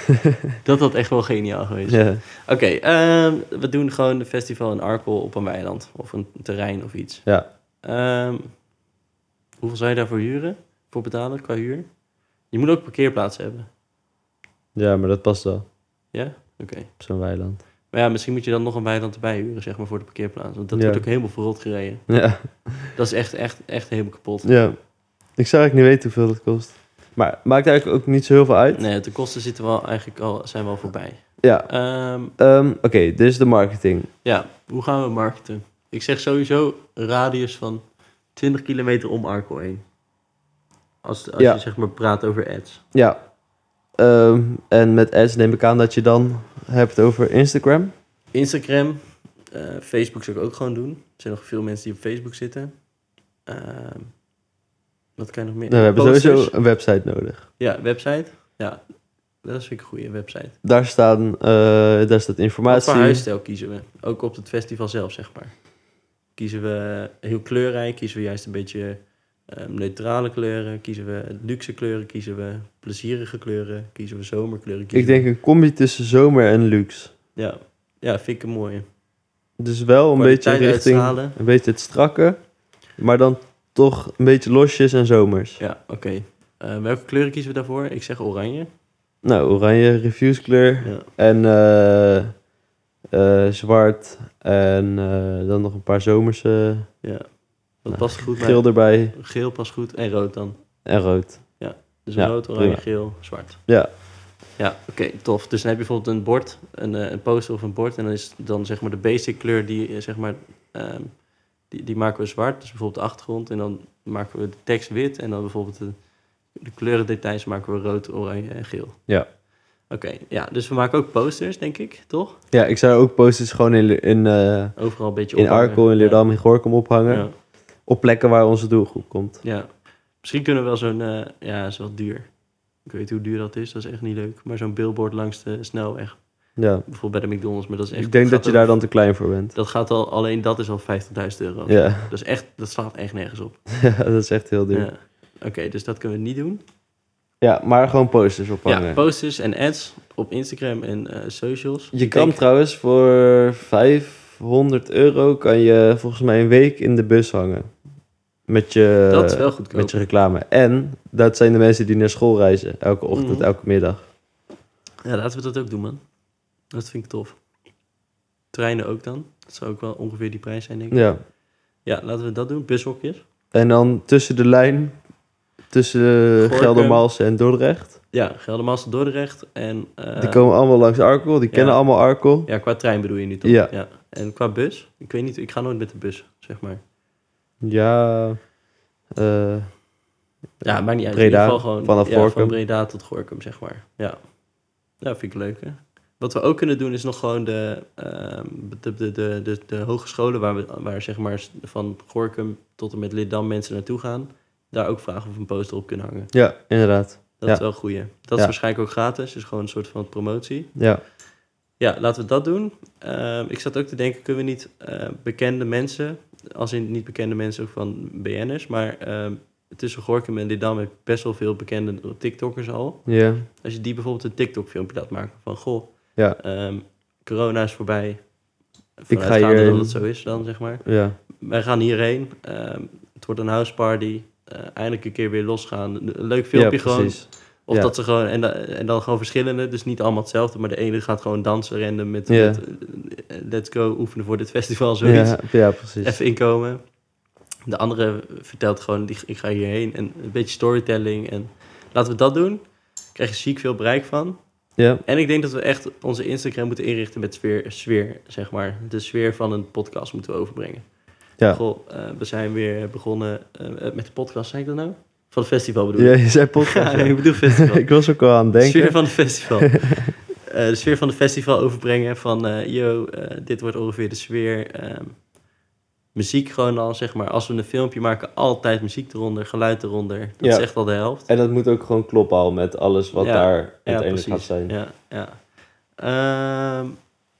Dat had echt wel geniaal geweest. Ja. Oké, okay, uh, we doen gewoon een festival in Arkel op een weiland. Of een terrein of iets. Ja. Um, hoeveel zou je daarvoor huren? Voor betalen qua huur? Je moet ook parkeerplaatsen hebben. Ja, maar dat past wel. Ja? Oké. Okay. Op zo'n weiland. Maar ja, misschien moet je dan nog een weiland erbij huren, zeg maar, voor de parkeerplaats. Want dat ja. wordt ook helemaal verrot gereden. Ja. Dat is echt, echt, echt helemaal kapot. Ja. Ik zou eigenlijk niet weten hoeveel dat kost. Maar maakt eigenlijk ook niet zo heel veel uit. Nee, de kosten zitten wel eigenlijk al, zijn wel voorbij. Ja. Um, um, Oké, okay, dit is de marketing. Ja, hoe gaan we marketen? Ik zeg sowieso een radius van twintig kilometer om Arkel heen. Als, als ja. je zeg maar praat over ads. Ja. Um, en met ads neem ik aan dat je dan hebt over Instagram. Instagram. Uh, Facebook zou ik ook gewoon doen. Er zijn nog veel mensen die op Facebook zitten. Uh, wat kan je nog meer? Nou, we hebben Posters. Sowieso een website nodig. Ja, website. Ja, dat is vind ik een goede website. Daar, staan, uh, daar staat informatie. Wat voor huisstijl kiezen we? Ook op het festival zelf, zeg maar. Kiezen we heel kleurrijk? Kiezen we juist een beetje uh, neutrale kleuren? Kiezen we luxe kleuren? Kiezen we plezierige kleuren? Kiezen we zomerkleuren? Ik denk een combi tussen zomer en luxe. Ja, ja vind ik een mooie. Dus wel een beetje richting uitstralen. Een beetje het strakke, maar dan toch een beetje losjes en zomers. Ja, oké. Okay. Uh, welke kleuren kiezen we daarvoor? Ik zeg oranje. Nou, oranje, reviewskleur. Ja. En uh, uh, zwart. En uh, dan nog een paar zomerse. Ja, dat nou, past goed. Geel bij. erbij. Geel past goed. En rood dan. En rood. Ja, dus ja, rood, oranje, prima. Geel, zwart. Ja. Ja, oké, okay, tof. Dus dan heb je bijvoorbeeld een bord, een, een poster of een bord. En dan is dan zeg maar de basic kleur die, zeg maar, um, die, die maken we zwart. Dus bijvoorbeeld de achtergrond. En dan maken we de tekst wit. En dan bijvoorbeeld de, de kleurendetails maken we rood, oranje en geel. Ja. Oké, okay, ja, dus we maken ook posters, denk ik, toch? Ja, ik zou ook posters gewoon in, in, uh, overal een beetje in Arkel, in Leerdam, ja. in Gorinchem ophangen. Ja. Op plekken waar onze doelgroep komt. Ja, misschien kunnen we wel zo'n, uh, ja, dat is wel duur. Ik weet hoe duur dat is, dat is echt niet leuk. Maar zo'n billboard langs de snelweg. Ja. Bijvoorbeeld bij de McDonald's, maar dat is echt... Ik denk dat je ook, daar dan te klein voor bent. Dat gaat al, alleen dat is al vijftigduizend euro. Ja. Dat is echt, dat slaat echt nergens op. Ja, dat is echt heel duur. Ja. Oké, okay, dus dat kunnen we niet doen. Ja, maar gewoon posters ophangen. Ja, posters en ads op Instagram en uh, socials. Je kan denk... trouwens voor vijfhonderd euro kan je volgens mij een week in de bus hangen. Met je, dat is wel goedkoop. Met je reclame. En dat zijn de mensen die naar school reizen. Elke ochtend, mm-hmm. elke middag. Ja, laten we dat ook doen, man. Dat vind ik tof. Treinen ook dan. Dat zou ook wel ongeveer die prijs zijn, denk ik. Ja. Ja, laten we dat doen. Bushokjes. En dan tussen de lijn... Tussen Geldermalsen en Dordrecht. Ja, Geldermalsen, Dordrecht. En, uh, die komen allemaal langs Arkel. Die ja. kennen allemaal Arkel. Ja, qua trein bedoel je nu toch? Ja. ja. En qua bus? Ik weet niet, ik ga nooit met de bus, zeg maar. Ja... Uh, ja, maakt niet uit. Breda, in ieder geval gewoon, vanaf ja, Gorinchem. Van Breda tot Gorinchem, zeg maar. Ja, ja vind ik leuk, hè? Wat we ook kunnen doen is nog gewoon de, uh, de, de, de, de, de hogescholen... Waar, we, waar zeg maar van Gorinchem tot en met Leerdam mensen naartoe gaan... daar ook vragen of een poster op kunnen hangen. Ja, inderdaad. Dat ja. is wel een goeie. Dat ja. is waarschijnlijk ook gratis. Dus gewoon een soort van promotie. Ja. Ja, laten we dat doen. Uh, ik zat ook te denken, kunnen we niet uh, bekende mensen... als in niet bekende mensen ook van B N'ers... maar uh, tussen Gorinchem en Leerdam heb ik best wel veel bekende TikTokkers al. Ja. Als je die bijvoorbeeld een TikTok-filmpje laat maken van... goh, ja. um, corona is voorbij. Ik ga hier dat het zo is dan, zeg maar. Ja. Wij gaan hierheen. Um, het wordt een houseparty. Uh, eindelijk een keer weer losgaan. Een leuk filmpje ja, gewoon. Of ja. dat ze gewoon... En, da, en dan gewoon verschillende. Dus niet allemaal hetzelfde. Maar de ene gaat gewoon dansen, random met... Ja. met uh, let's go, oefenen voor dit festival, zoiets. Ja, ja, precies. Even inkomen. De andere vertelt gewoon, die, ik ga hierheen. En een beetje storytelling. En laten we dat doen. Daar krijg je ziek veel bereik van. Ja. En ik denk dat we echt onze Instagram moeten inrichten met sfeer, sfeer, zeg maar. De sfeer van een podcast moeten we overbrengen. Ja. Goh, uh, we zijn weer begonnen uh, met de podcast, zei ik dat nou? Van het festival bedoel ik. Ja, je zei podcast. Ja, ik bedoel festival. Ik was ook al aan het denken. De sfeer van het festival. uh, de sfeer van het festival overbrengen van... Uh, yo, uh, dit wordt ongeveer de sfeer... Um, muziek gewoon al, zeg maar. Als we een filmpje maken, altijd muziek eronder, geluid eronder. Dat ja. is echt al de helft. En dat moet ook gewoon kloppen al met alles wat ja. daar ja, uiteindelijk gaat zijn. Ja, ja. Um,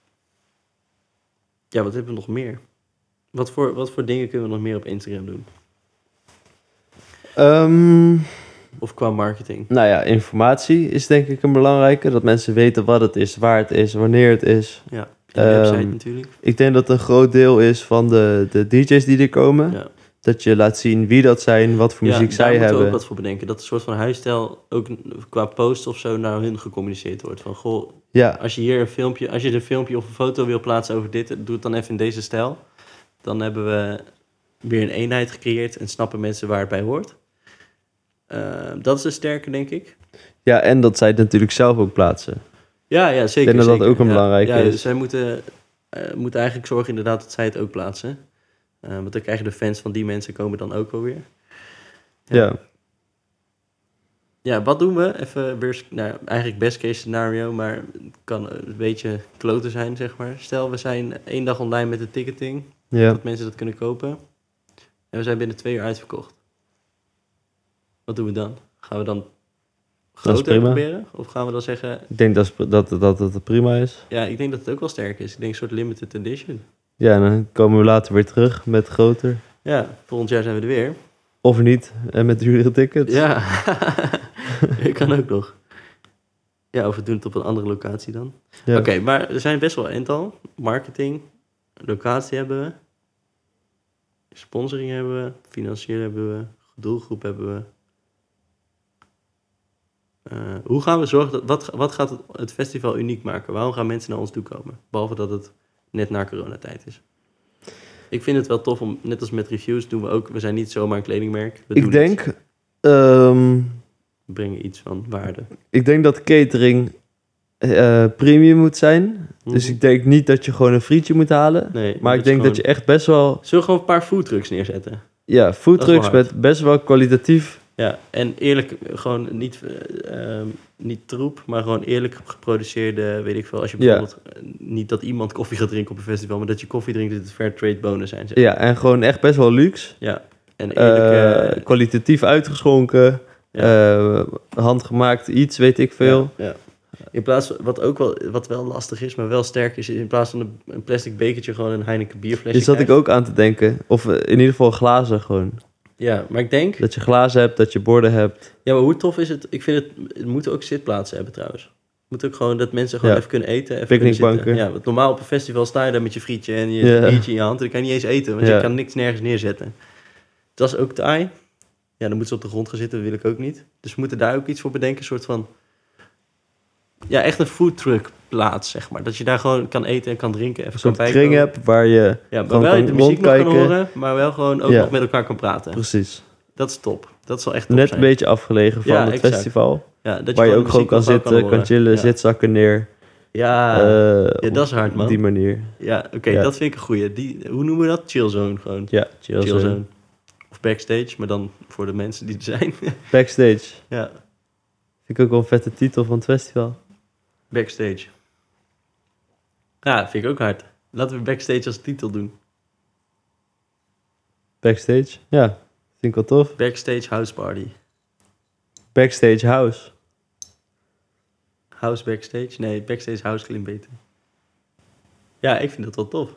ja, wat hebben we nog meer? Wat voor, wat voor dingen kunnen we nog meer op Instagram doen? Um, Of qua marketing? Nou ja, informatie is denk ik een belangrijke. Dat mensen weten wat het is, waar het is, wanneer het is. Ja, en de website Ehm, natuurlijk. Ik denk dat een groot deel is van de, de D J's die er komen. Ja. Dat je laat zien wie dat zijn, wat voor Ja, muziek daar zij moeten we hebben. ook wat voor bedenken. Dat een soort van huisstijl ook qua post of zo naar hun gecommuniceerd wordt. Van, goh, Ja, als je hier een filmpje, als je een filmpje of een foto wil plaatsen over dit, doe het dan even in deze stijl. Dan hebben we weer een eenheid gecreëerd en snappen mensen waar het bij hoort. Uh, dat is een sterke, denk ik. ja, en dat zij het natuurlijk zelf ook plaatsen. Ja, ja, zeker. Ik denk dat dat zeker. ook een ja, belangrijke ja, is. Dus zij moeten, uh, moeten eigenlijk zorgen inderdaad dat zij het ook plaatsen. Uh, want dan krijgen de fans van die mensen komen dan ook wel weer. Ja. ja. Ja, wat doen we? Even weer, nou, eigenlijk best case scenario, maar het kan een beetje kloten zijn, zeg maar. Stel, we zijn één dag online met de ticketing, Ja. dat mensen dat kunnen kopen. En we zijn binnen twee uur uitverkocht. Wat doen we dan? Gaan we dan groter prima. proberen? Of gaan we dan zeggen... Ik denk dat, dat, dat het prima is. Ja, ik denk dat het ook wel sterk is. Ik denk een soort limited edition. Ja, en dan komen we later weer terug met groter. Ja, volgend jaar zijn we er weer. Of niet, en met duurdere tickets. Ja, dat kan ook nog. Ja, of we doen het op een andere locatie dan. Ja. Oké, okay, maar er zijn best wel een aantal. Marketing, locatie hebben we. Sponsoring hebben we. Financiën hebben we. Doelgroep hebben we. Uh, hoe gaan we zorgen dat... Wat, wat gaat het, het festival uniek maken? Waarom gaan mensen naar ons toe komen? Behalve dat het net na coronatijd is. Ik vind het wel tof om, net als met reviews doen we ook... We zijn niet zomaar een kledingmerk. We ik doen denk... Iets. Um, we brengen iets van waarde. Ik denk dat catering uh, premium moet zijn. Mm-hmm. Dus ik denk niet dat je gewoon een frietje moet halen. Nee, maar ik denk gewoon... dat je echt best wel... Zullen we gewoon een paar foodtrucks neerzetten? Ja, foodtrucks met best wel kwalitatief... Ja, en eerlijk, gewoon niet, uh, niet troep, maar gewoon eerlijk geproduceerde, weet ik veel. Als je bijvoorbeeld, ja. niet dat iemand koffie gaat drinken op een festival, maar dat je koffie drinkt dat het fair trade bonen zijn. Zeg. Ja, en gewoon echt best wel luxe. Ja, en eerlijk... Uh, kwalitatief uitgeschonken, ja. uh, handgemaakt iets, weet ik veel. Ja, ja. In plaats van, wat ook wel, wat wel lastig is, maar wel sterk is, in plaats van een, een plastic bekertje gewoon een Heineken bierflesje. Dus zat ik ook aan te denken. Of in ieder geval glazen gewoon. Ja, maar ik denk... Dat je glazen hebt, dat je borden hebt. Ja, maar hoe tof is het? Ik vind het... Het moet ook zitplaatsen hebben trouwens. Het moet ook gewoon dat mensen gewoon ja. even kunnen eten. Even Picknickbanken. Ja, want normaal op een festival sta je daar met je frietje en je ja. biertje in je hand. En dan kan je niet eens eten, want ja. je kan niks nergens neerzetten. Dat is ook taai. Ja, dan moeten ze op de grond gaan zitten, dat wil ik ook niet. Dus we moeten daar ook iets voor bedenken. Een soort van... Ja, echt een foodtruck plaats, zeg maar. Dat je daar gewoon kan eten en kan drinken. Even een soort kan kring hebt waar je ja, maar wel kan de muziek nog kan rondkijken. horen, maar wel gewoon ook ja. nog met elkaar kan praten. Precies. Dat is top. Dat zal echt top Net zijn. een beetje afgelegen van ja, het exact. festival. Ja, dat je waar je ook gewoon kan zitten, kan, kan chillen, ja. zitzakken neer. Ja, uh, ja, dat is hard, man. Op die manier. Ja, oké, okay, ja. dat vind ik een goeie. Die, hoe noemen we dat? Chillzone gewoon. Ja, chillzone. Chillzone. Of backstage, maar dan voor de mensen die er zijn. Backstage. Ja. Vind ik ook wel een vette titel van het festival. Backstage. Ja, vind ik ook hard. Laten we backstage als titel doen. Backstage? Ja, vind ik wel tof. Backstage House Party. Backstage House. House Backstage? Nee, Backstage House klinkt beter. Ja, ik vind dat wel tof.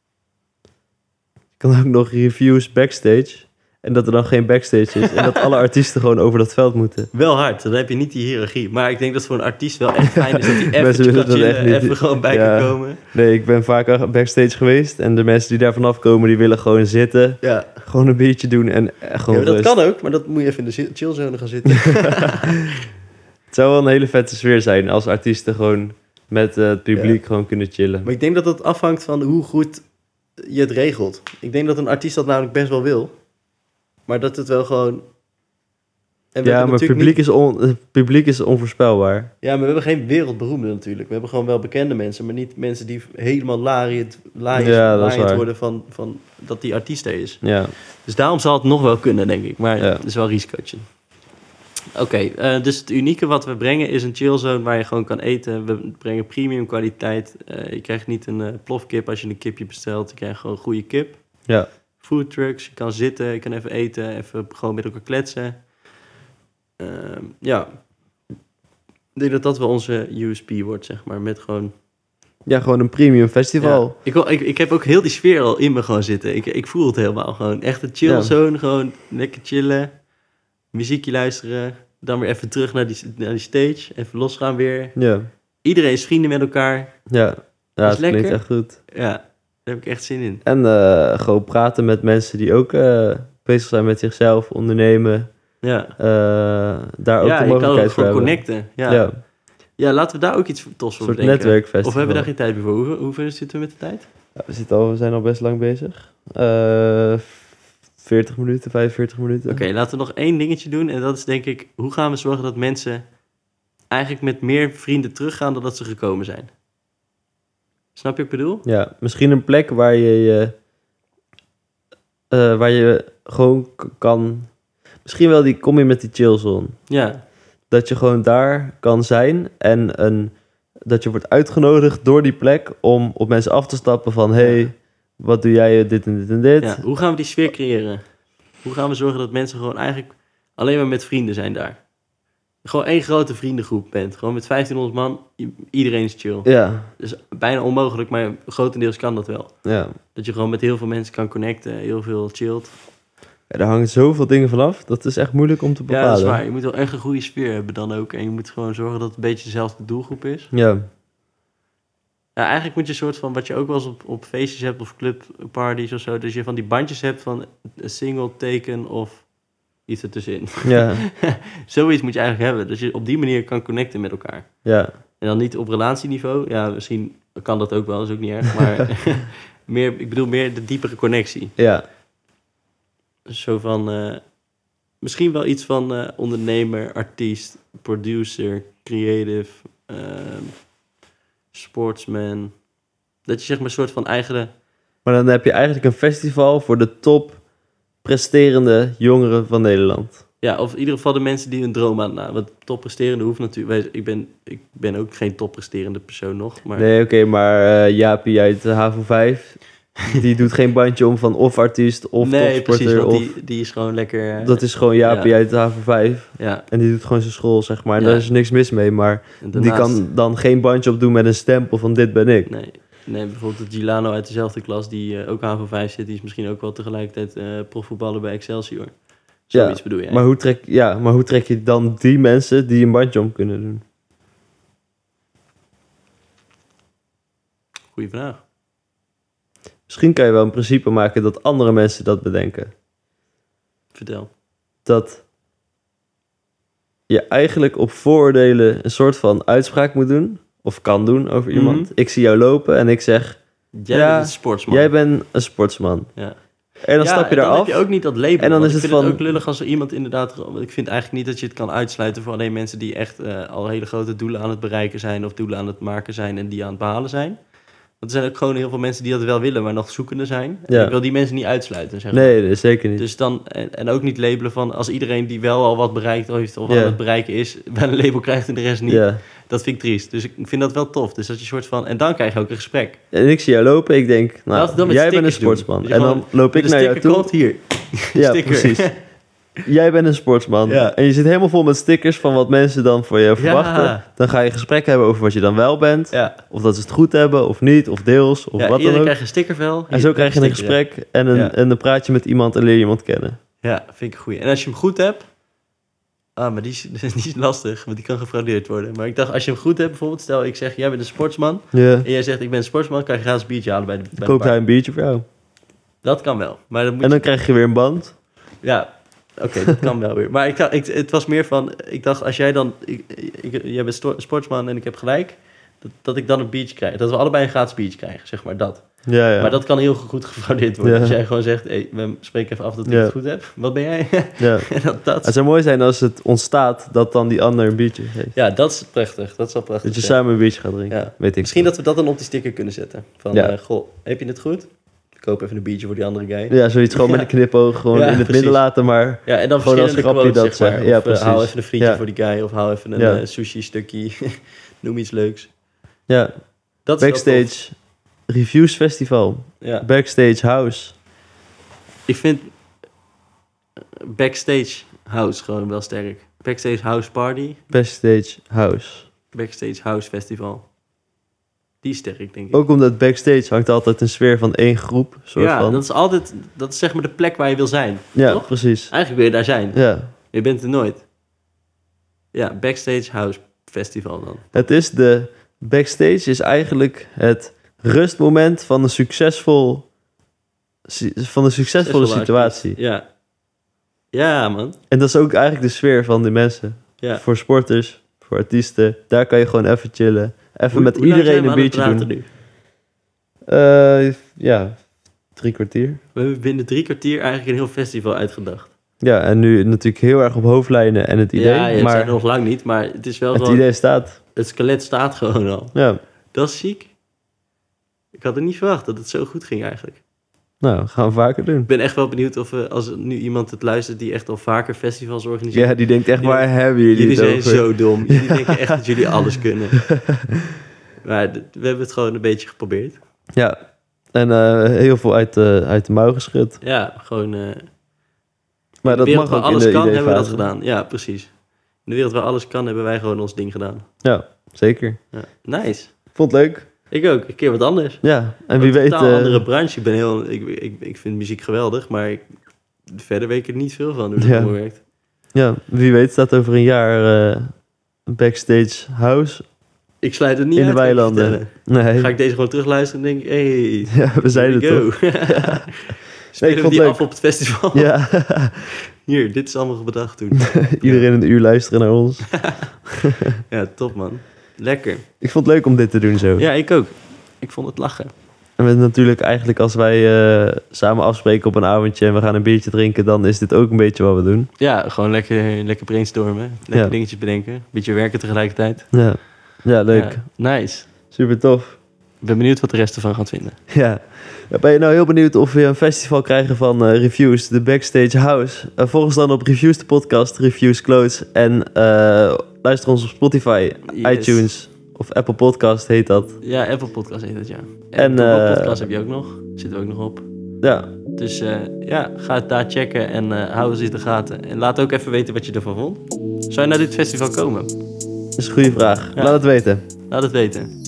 Je kan ook nog reviews backstage. En dat er dan geen backstage is. En dat alle artiesten gewoon over dat veld moeten. Wel hard, dan heb je niet die hiërarchie. Maar ik denk dat voor een artiest wel echt fijn is dat hij even kan chillen, even gewoon bij ja. kan komen. Nee, ik ben vaker backstage geweest. En de mensen die daar vanaf komen, die willen gewoon zitten. Ja. Gewoon een biertje doen en gewoon ja, dat rust. kan ook, maar dat moet je even in de chillzone gaan zitten. Het zou wel een hele vette sfeer zijn als artiesten gewoon met uh, het publiek ja. gewoon kunnen chillen. Maar ik denk dat het afhangt van hoe goed je het regelt. Ik denk dat een artiest dat namelijk best wel wil. Maar dat het wel gewoon... En ja, maar het publiek, niet... is on... het publiek is onvoorspelbaar. Ja, maar we hebben geen wereldberoemden natuurlijk. We hebben gewoon wel bekende mensen, maar niet mensen die helemaal laaiend, laaiend, ja, laaiend worden van, van dat die artiest er is. Ja. Dus daarom zal het nog wel kunnen, denk ik. Maar ja. Het is wel een risicootje. Oké, okay, uh, dus het unieke wat we brengen is een chillzone waar je gewoon kan eten. We brengen premium kwaliteit. Uh, je krijgt niet een uh, plofkip als je een kipje bestelt. Je krijgt gewoon goede kip. Ja. Food trucks, je kan zitten, je kan even eten, even gewoon met elkaar kletsen. Uh, ja, ik denk dat dat wel onze U S P wordt, zeg maar, met gewoon... Ja, gewoon een premium festival. Ja. Ik, wil, ik, ik heb ook heel die sfeer al in me gewoon zitten. Ik, ik voel het helemaal gewoon. Echt een chillzone, ja. Gewoon lekker chillen. muziekje luisteren, dan weer even terug naar die, naar die stage, even losgaan weer. Ja. Iedereen is vrienden met elkaar. Ja, ja is het klinkt lekker. echt goed. Ja, daar heb ik echt zin in. En uh, gewoon praten met mensen die ook uh, bezig zijn met zichzelf, ondernemen. Ja, Uh, daar ook ja de je kan mogelijkheid ook voor gewoon hebben. connecten. Ja. Ja, ja, laten we daar ook iets tofs een voor soort bedenken. netwerkfestival. Of hebben we daar geen tijd meer voor? Hoe, hoe ver zitten we met de tijd? Ja, we, zitten al, we zijn al best lang bezig. Uh, veertig minuten, vijfenveertig minuten. Oké, okay, laten we nog één dingetje doen. En dat is denk ik, hoe gaan we zorgen dat mensen eigenlijk met meer vrienden teruggaan dan dat ze gekomen zijn? Snap je wat ik bedoel? Ja, misschien een plek waar je je uh, waar je gewoon k- kan. Misschien wel die kom je met die chillzone. Ja. Dat je gewoon daar kan zijn en een, dat je wordt uitgenodigd door die plek om op mensen af te stappen van hey, ja. wat doe jij dit en dit en dit. Ja, hoe gaan we die sfeer creëren? Hoe gaan we zorgen dat mensen gewoon eigenlijk alleen maar met vrienden zijn daar? Gewoon één grote vriendengroep bent. Gewoon met vijftienhonderd man, iedereen is chill. Ja. Dus bijna onmogelijk, maar grotendeels kan dat wel. Ja. Dat je gewoon met heel veel mensen kan connecten, heel veel chillt. Ja, daar hangen zoveel dingen vanaf. Dat is echt moeilijk om te bepalen. Ja, dat is waar. Je moet wel echt een goede sfeer hebben dan ook. En je moet gewoon zorgen dat het een beetje dezelfde doelgroep is. Ja. Ja, eigenlijk moet je een soort van, wat je ook wel eens op, op feestjes hebt of clubparties of zo, dus je van die bandjes hebt van een single, teken of iets ertussenin. Ja. Zoiets moet je eigenlijk hebben, dat je op die manier kan connecten met elkaar. Ja. En dan niet op relatieniveau, ja, misschien kan dat ook wel, is ook niet erg, maar meer, ik bedoel meer de diepere connectie. Ja. Zo van, uh, misschien wel iets van uh, ondernemer, artiest, producer, creative, uh, sportsman. Dat je zeg maar een soort van eigen... Maar dan heb je eigenlijk een festival voor de top presterende jongeren van Nederland. Ja, of in ieder geval de mensen die hun droom aan... Nou, want top presterende hoeft natuurlijk... Ik ben, ik ben ook geen top presterende persoon nog, maar... Nee, oké, okay, maar uh, Jaapie uit de H A V O vijf... Die doet geen bandje om van of artiest of nee, topsporter. Precies, want of... die, die is gewoon lekker... Uh, dat is gewoon Jaapie ja. uit de H A V O vijf. Ja. En die doet gewoon zijn school, zeg maar. En Ja. daar is niks mis mee, maar daarnaast... die kan dan geen bandje op doen met een stempel van dit ben ik. Nee, nee bijvoorbeeld de Gilano uit dezelfde klas die uh, ook H A V O vijf zit, die is misschien ook wel tegelijkertijd uh, profvoetballer bij Excelsior. Zoiets ja, bedoel jij? Maar hoe, trek, ja, maar hoe trek je dan die mensen die een bandje om kunnen doen? Goeie vraag. Misschien kan je wel een principe maken dat andere mensen dat bedenken. Vertel. Dat je eigenlijk op vooroordelen een soort van uitspraak moet doen. Of kan doen over iemand. Mm-hmm. Ik zie jou lopen en ik zeg... Jij ja, bent een sportsman. Jij bent een sportsman. Ja. En dan ja, stap je daar af. Dan heb je ook niet dat label. En dan is ik het vind van... het ook lullig als er iemand inderdaad... Want ik vind eigenlijk niet dat je het kan uitsluiten voor alleen mensen die echt uh, al hele grote doelen aan het bereiken zijn. Of doelen aan het maken zijn en die aan het behalen zijn. Want er zijn ook gewoon heel veel mensen die dat wel willen, maar nog zoekende zijn. Ja. En ik wil die mensen niet uitsluiten, zeg maar. Nee, nee, zeker niet. Dus dan, en, en ook niet labelen van als iedereen die wel al wat bereikt heeft of ja. aan het bereiken is, wel een label krijgt en de rest niet. Ja. Dat vind ik triest. Dus ik vind dat wel tof. Dus dat je een soort van... En dan krijg je ook een gesprek. En ik zie jou lopen, ik denk, nou, dan jij bent een sportsman. Dus en dan loop ik naar jou toe. Komt hier. Ja, sticker. precies. Jij bent een sportsman. Ja. En je zit helemaal vol met stickers van wat mensen dan voor je verwachten. Ja. Dan ga je gesprek hebben over wat je dan wel bent. Ja. Of dat ze het goed hebben, of niet, of deels, of Ja, wat dan iedereen ook. krijgt een stickervel. En zo krijg je een gesprek en, een, Ja. en dan praat je met iemand en leer je iemand kennen. Ja, vind ik een goeie. En als je hem goed hebt... Ah, maar die is, die is lastig, want die kan gefraudeerd worden. Maar ik dacht, als je hem goed hebt bijvoorbeeld... Stel, ik zeg, jij bent een sportsman. Ja. En jij zegt, ik ben een sportsman. Kan je gratis een biertje halen bij de, bij de Koopt bar. hij een biertje voor jou. Dat kan wel. Maar dan moet En dan je... krijg je weer een band. Ja, oké, okay, dat kan wel weer. Maar ik, ik, het was meer van... Ik dacht, als jij dan... Ik, ik, jij bent sto- sportsman en ik heb gelijk... Dat, dat ik dan een biertje krijg. Dat we allebei een gratis biertje krijgen, zeg maar, dat. Ja, ja. Maar dat kan heel goed gefraudeerd worden. Ja. Als jij gewoon zegt, hey, we spreken even af dat ik Ja. het goed heb. Wat ben jij? Ja. En dat, dat, Het zou mooi zijn als het ontstaat dat dan die ander een biertje geeft. ja, dat is prachtig. Dat is wel prachtig. Dat je ja. samen een biertje gaat drinken. Ja. Weet ik. Misschien dat we dat dan op die sticker kunnen zetten. Van, Ja. uh, goh, heb je het goed? Ik koop even een biertje voor die andere guy. Ja, zoiets gewoon Ja. met een knipoog gewoon Ja, in het precies. midden laten, maar... Ja, en dan Gewoon als verschillende grapje quotes, dat zeg maar. zeggen. Ja, Of, uh, precies. haal even een frietje Ja. voor die guy. Of haal even een Ja. uh, sushi-stukje. Noem iets leuks. Ja, Dat is wel tof. Backstage Reviews Festival. Ja. Backstage House. Ik vind Backstage House gewoon wel sterk. Backstage House Party. Backstage House. Backstage House Festival. Die is sterk, denk ik. Ook omdat backstage hangt altijd een sfeer van één groep. Soort ja, van. dat is altijd... Dat is zeg maar de plek waar je wil zijn. Ja, toch? precies. Eigenlijk wil je daar zijn. Ja. Je bent er nooit. Ja, Backstage House Festival dan. Het is de... Backstage is eigenlijk het rustmoment van een succesvol... van een succesvolle situatie. Ja. Ja, man. En dat is ook eigenlijk de sfeer van die mensen. Ja. Voor sporters, voor artiesten. Daar kan je gewoon even chillen. Even Hoe, met hoe lang zijn iedereen we een aan het biertje doen. praten nu? Uh, ja, drie kwartier. We hebben binnen drie kwartier eigenlijk een heel festival uitgedacht. Ja, en nu natuurlijk heel erg op hoofdlijnen en het idee. Ja, ja het maar zijn er nog lang niet, maar het is wel het gewoon... idee staat. Het skelet staat gewoon al. Ja, Dat is ziek. Ik had het niet verwacht dat het zo goed ging eigenlijk. nou, gaan we vaker doen. Ik ben echt wel benieuwd of we, als er nu iemand het luistert die echt al vaker festivals organiseert. Ja, die denkt echt, Die waar denkt, hebben jullie Jullie het zijn over? zo dom. Jullie denken echt dat jullie alles kunnen. Maar d- we hebben het gewoon een beetje geprobeerd. Ja, en uh, heel veel uit de, uit de mouw geschud. Ja, gewoon... Uh, Maar in de dat wereld mag waar ook alles in de kan, hebben we dat ideefase. gedaan. Ja, precies. In de wereld waar alles kan, hebben wij gewoon ons ding gedaan. Ja, zeker. Ja. Nice. Vond het leuk. Ik ook. Een keer wat anders. Ja, en Een wie weet... totaal uh, andere branche. Ik ben heel... Ik, ik, ik vind muziek geweldig, maar ik, verder weet ik er niet veel van hoe het Ja. allemaal werkt. Ja, wie weet staat over een jaar uh, Backstage House Ik sluit het niet in de uit, kan ik je weilanden. vertellen. Nee. Ga ik deze gewoon terugluisteren en denk ik, hey, Ja, we zijn er here we toch. go. Ja. Spelen Nee, ik we vond die het af op het festival? Ja, Hier, dit is allemaal bedacht toen. iedereen een uur luisteren naar ons. Ja, top man. Lekker. Ik vond het leuk om dit te doen zo. Ja, ik ook. Ik vond het lachen. En we natuurlijk eigenlijk als wij uh, samen afspreken op een avondje en we gaan een biertje drinken, dan is dit ook een beetje wat we doen. Ja, gewoon lekker, lekker brainstormen. Lekker Ja. dingetjes bedenken. Beetje werken tegelijkertijd. Ja, ja leuk. Ja, nice. Super tof. Ik ben benieuwd wat de rest ervan gaat vinden. Ja. Ja, ben je nou heel benieuwd of we een festival krijgen van uh, reviews, de Backstage House? Uh, volg ons dan op Reviews de podcast, Reviews Close. En uh, luister ons op Spotify, Yes. iTunes of Apple Podcast heet dat. Ja, Apple Podcast heet dat, ja. En, En, Google eh, Podcast heb je ook nog. Zitten we ook nog op. Ja, Dus uh, ja, ga het daar checken en uh, hou eens in de gaten. En laat ook even weten wat je ervan vond. Zou je naar dit festival komen? dat is een goede vraag. Ja. Laat het weten. Laat het weten.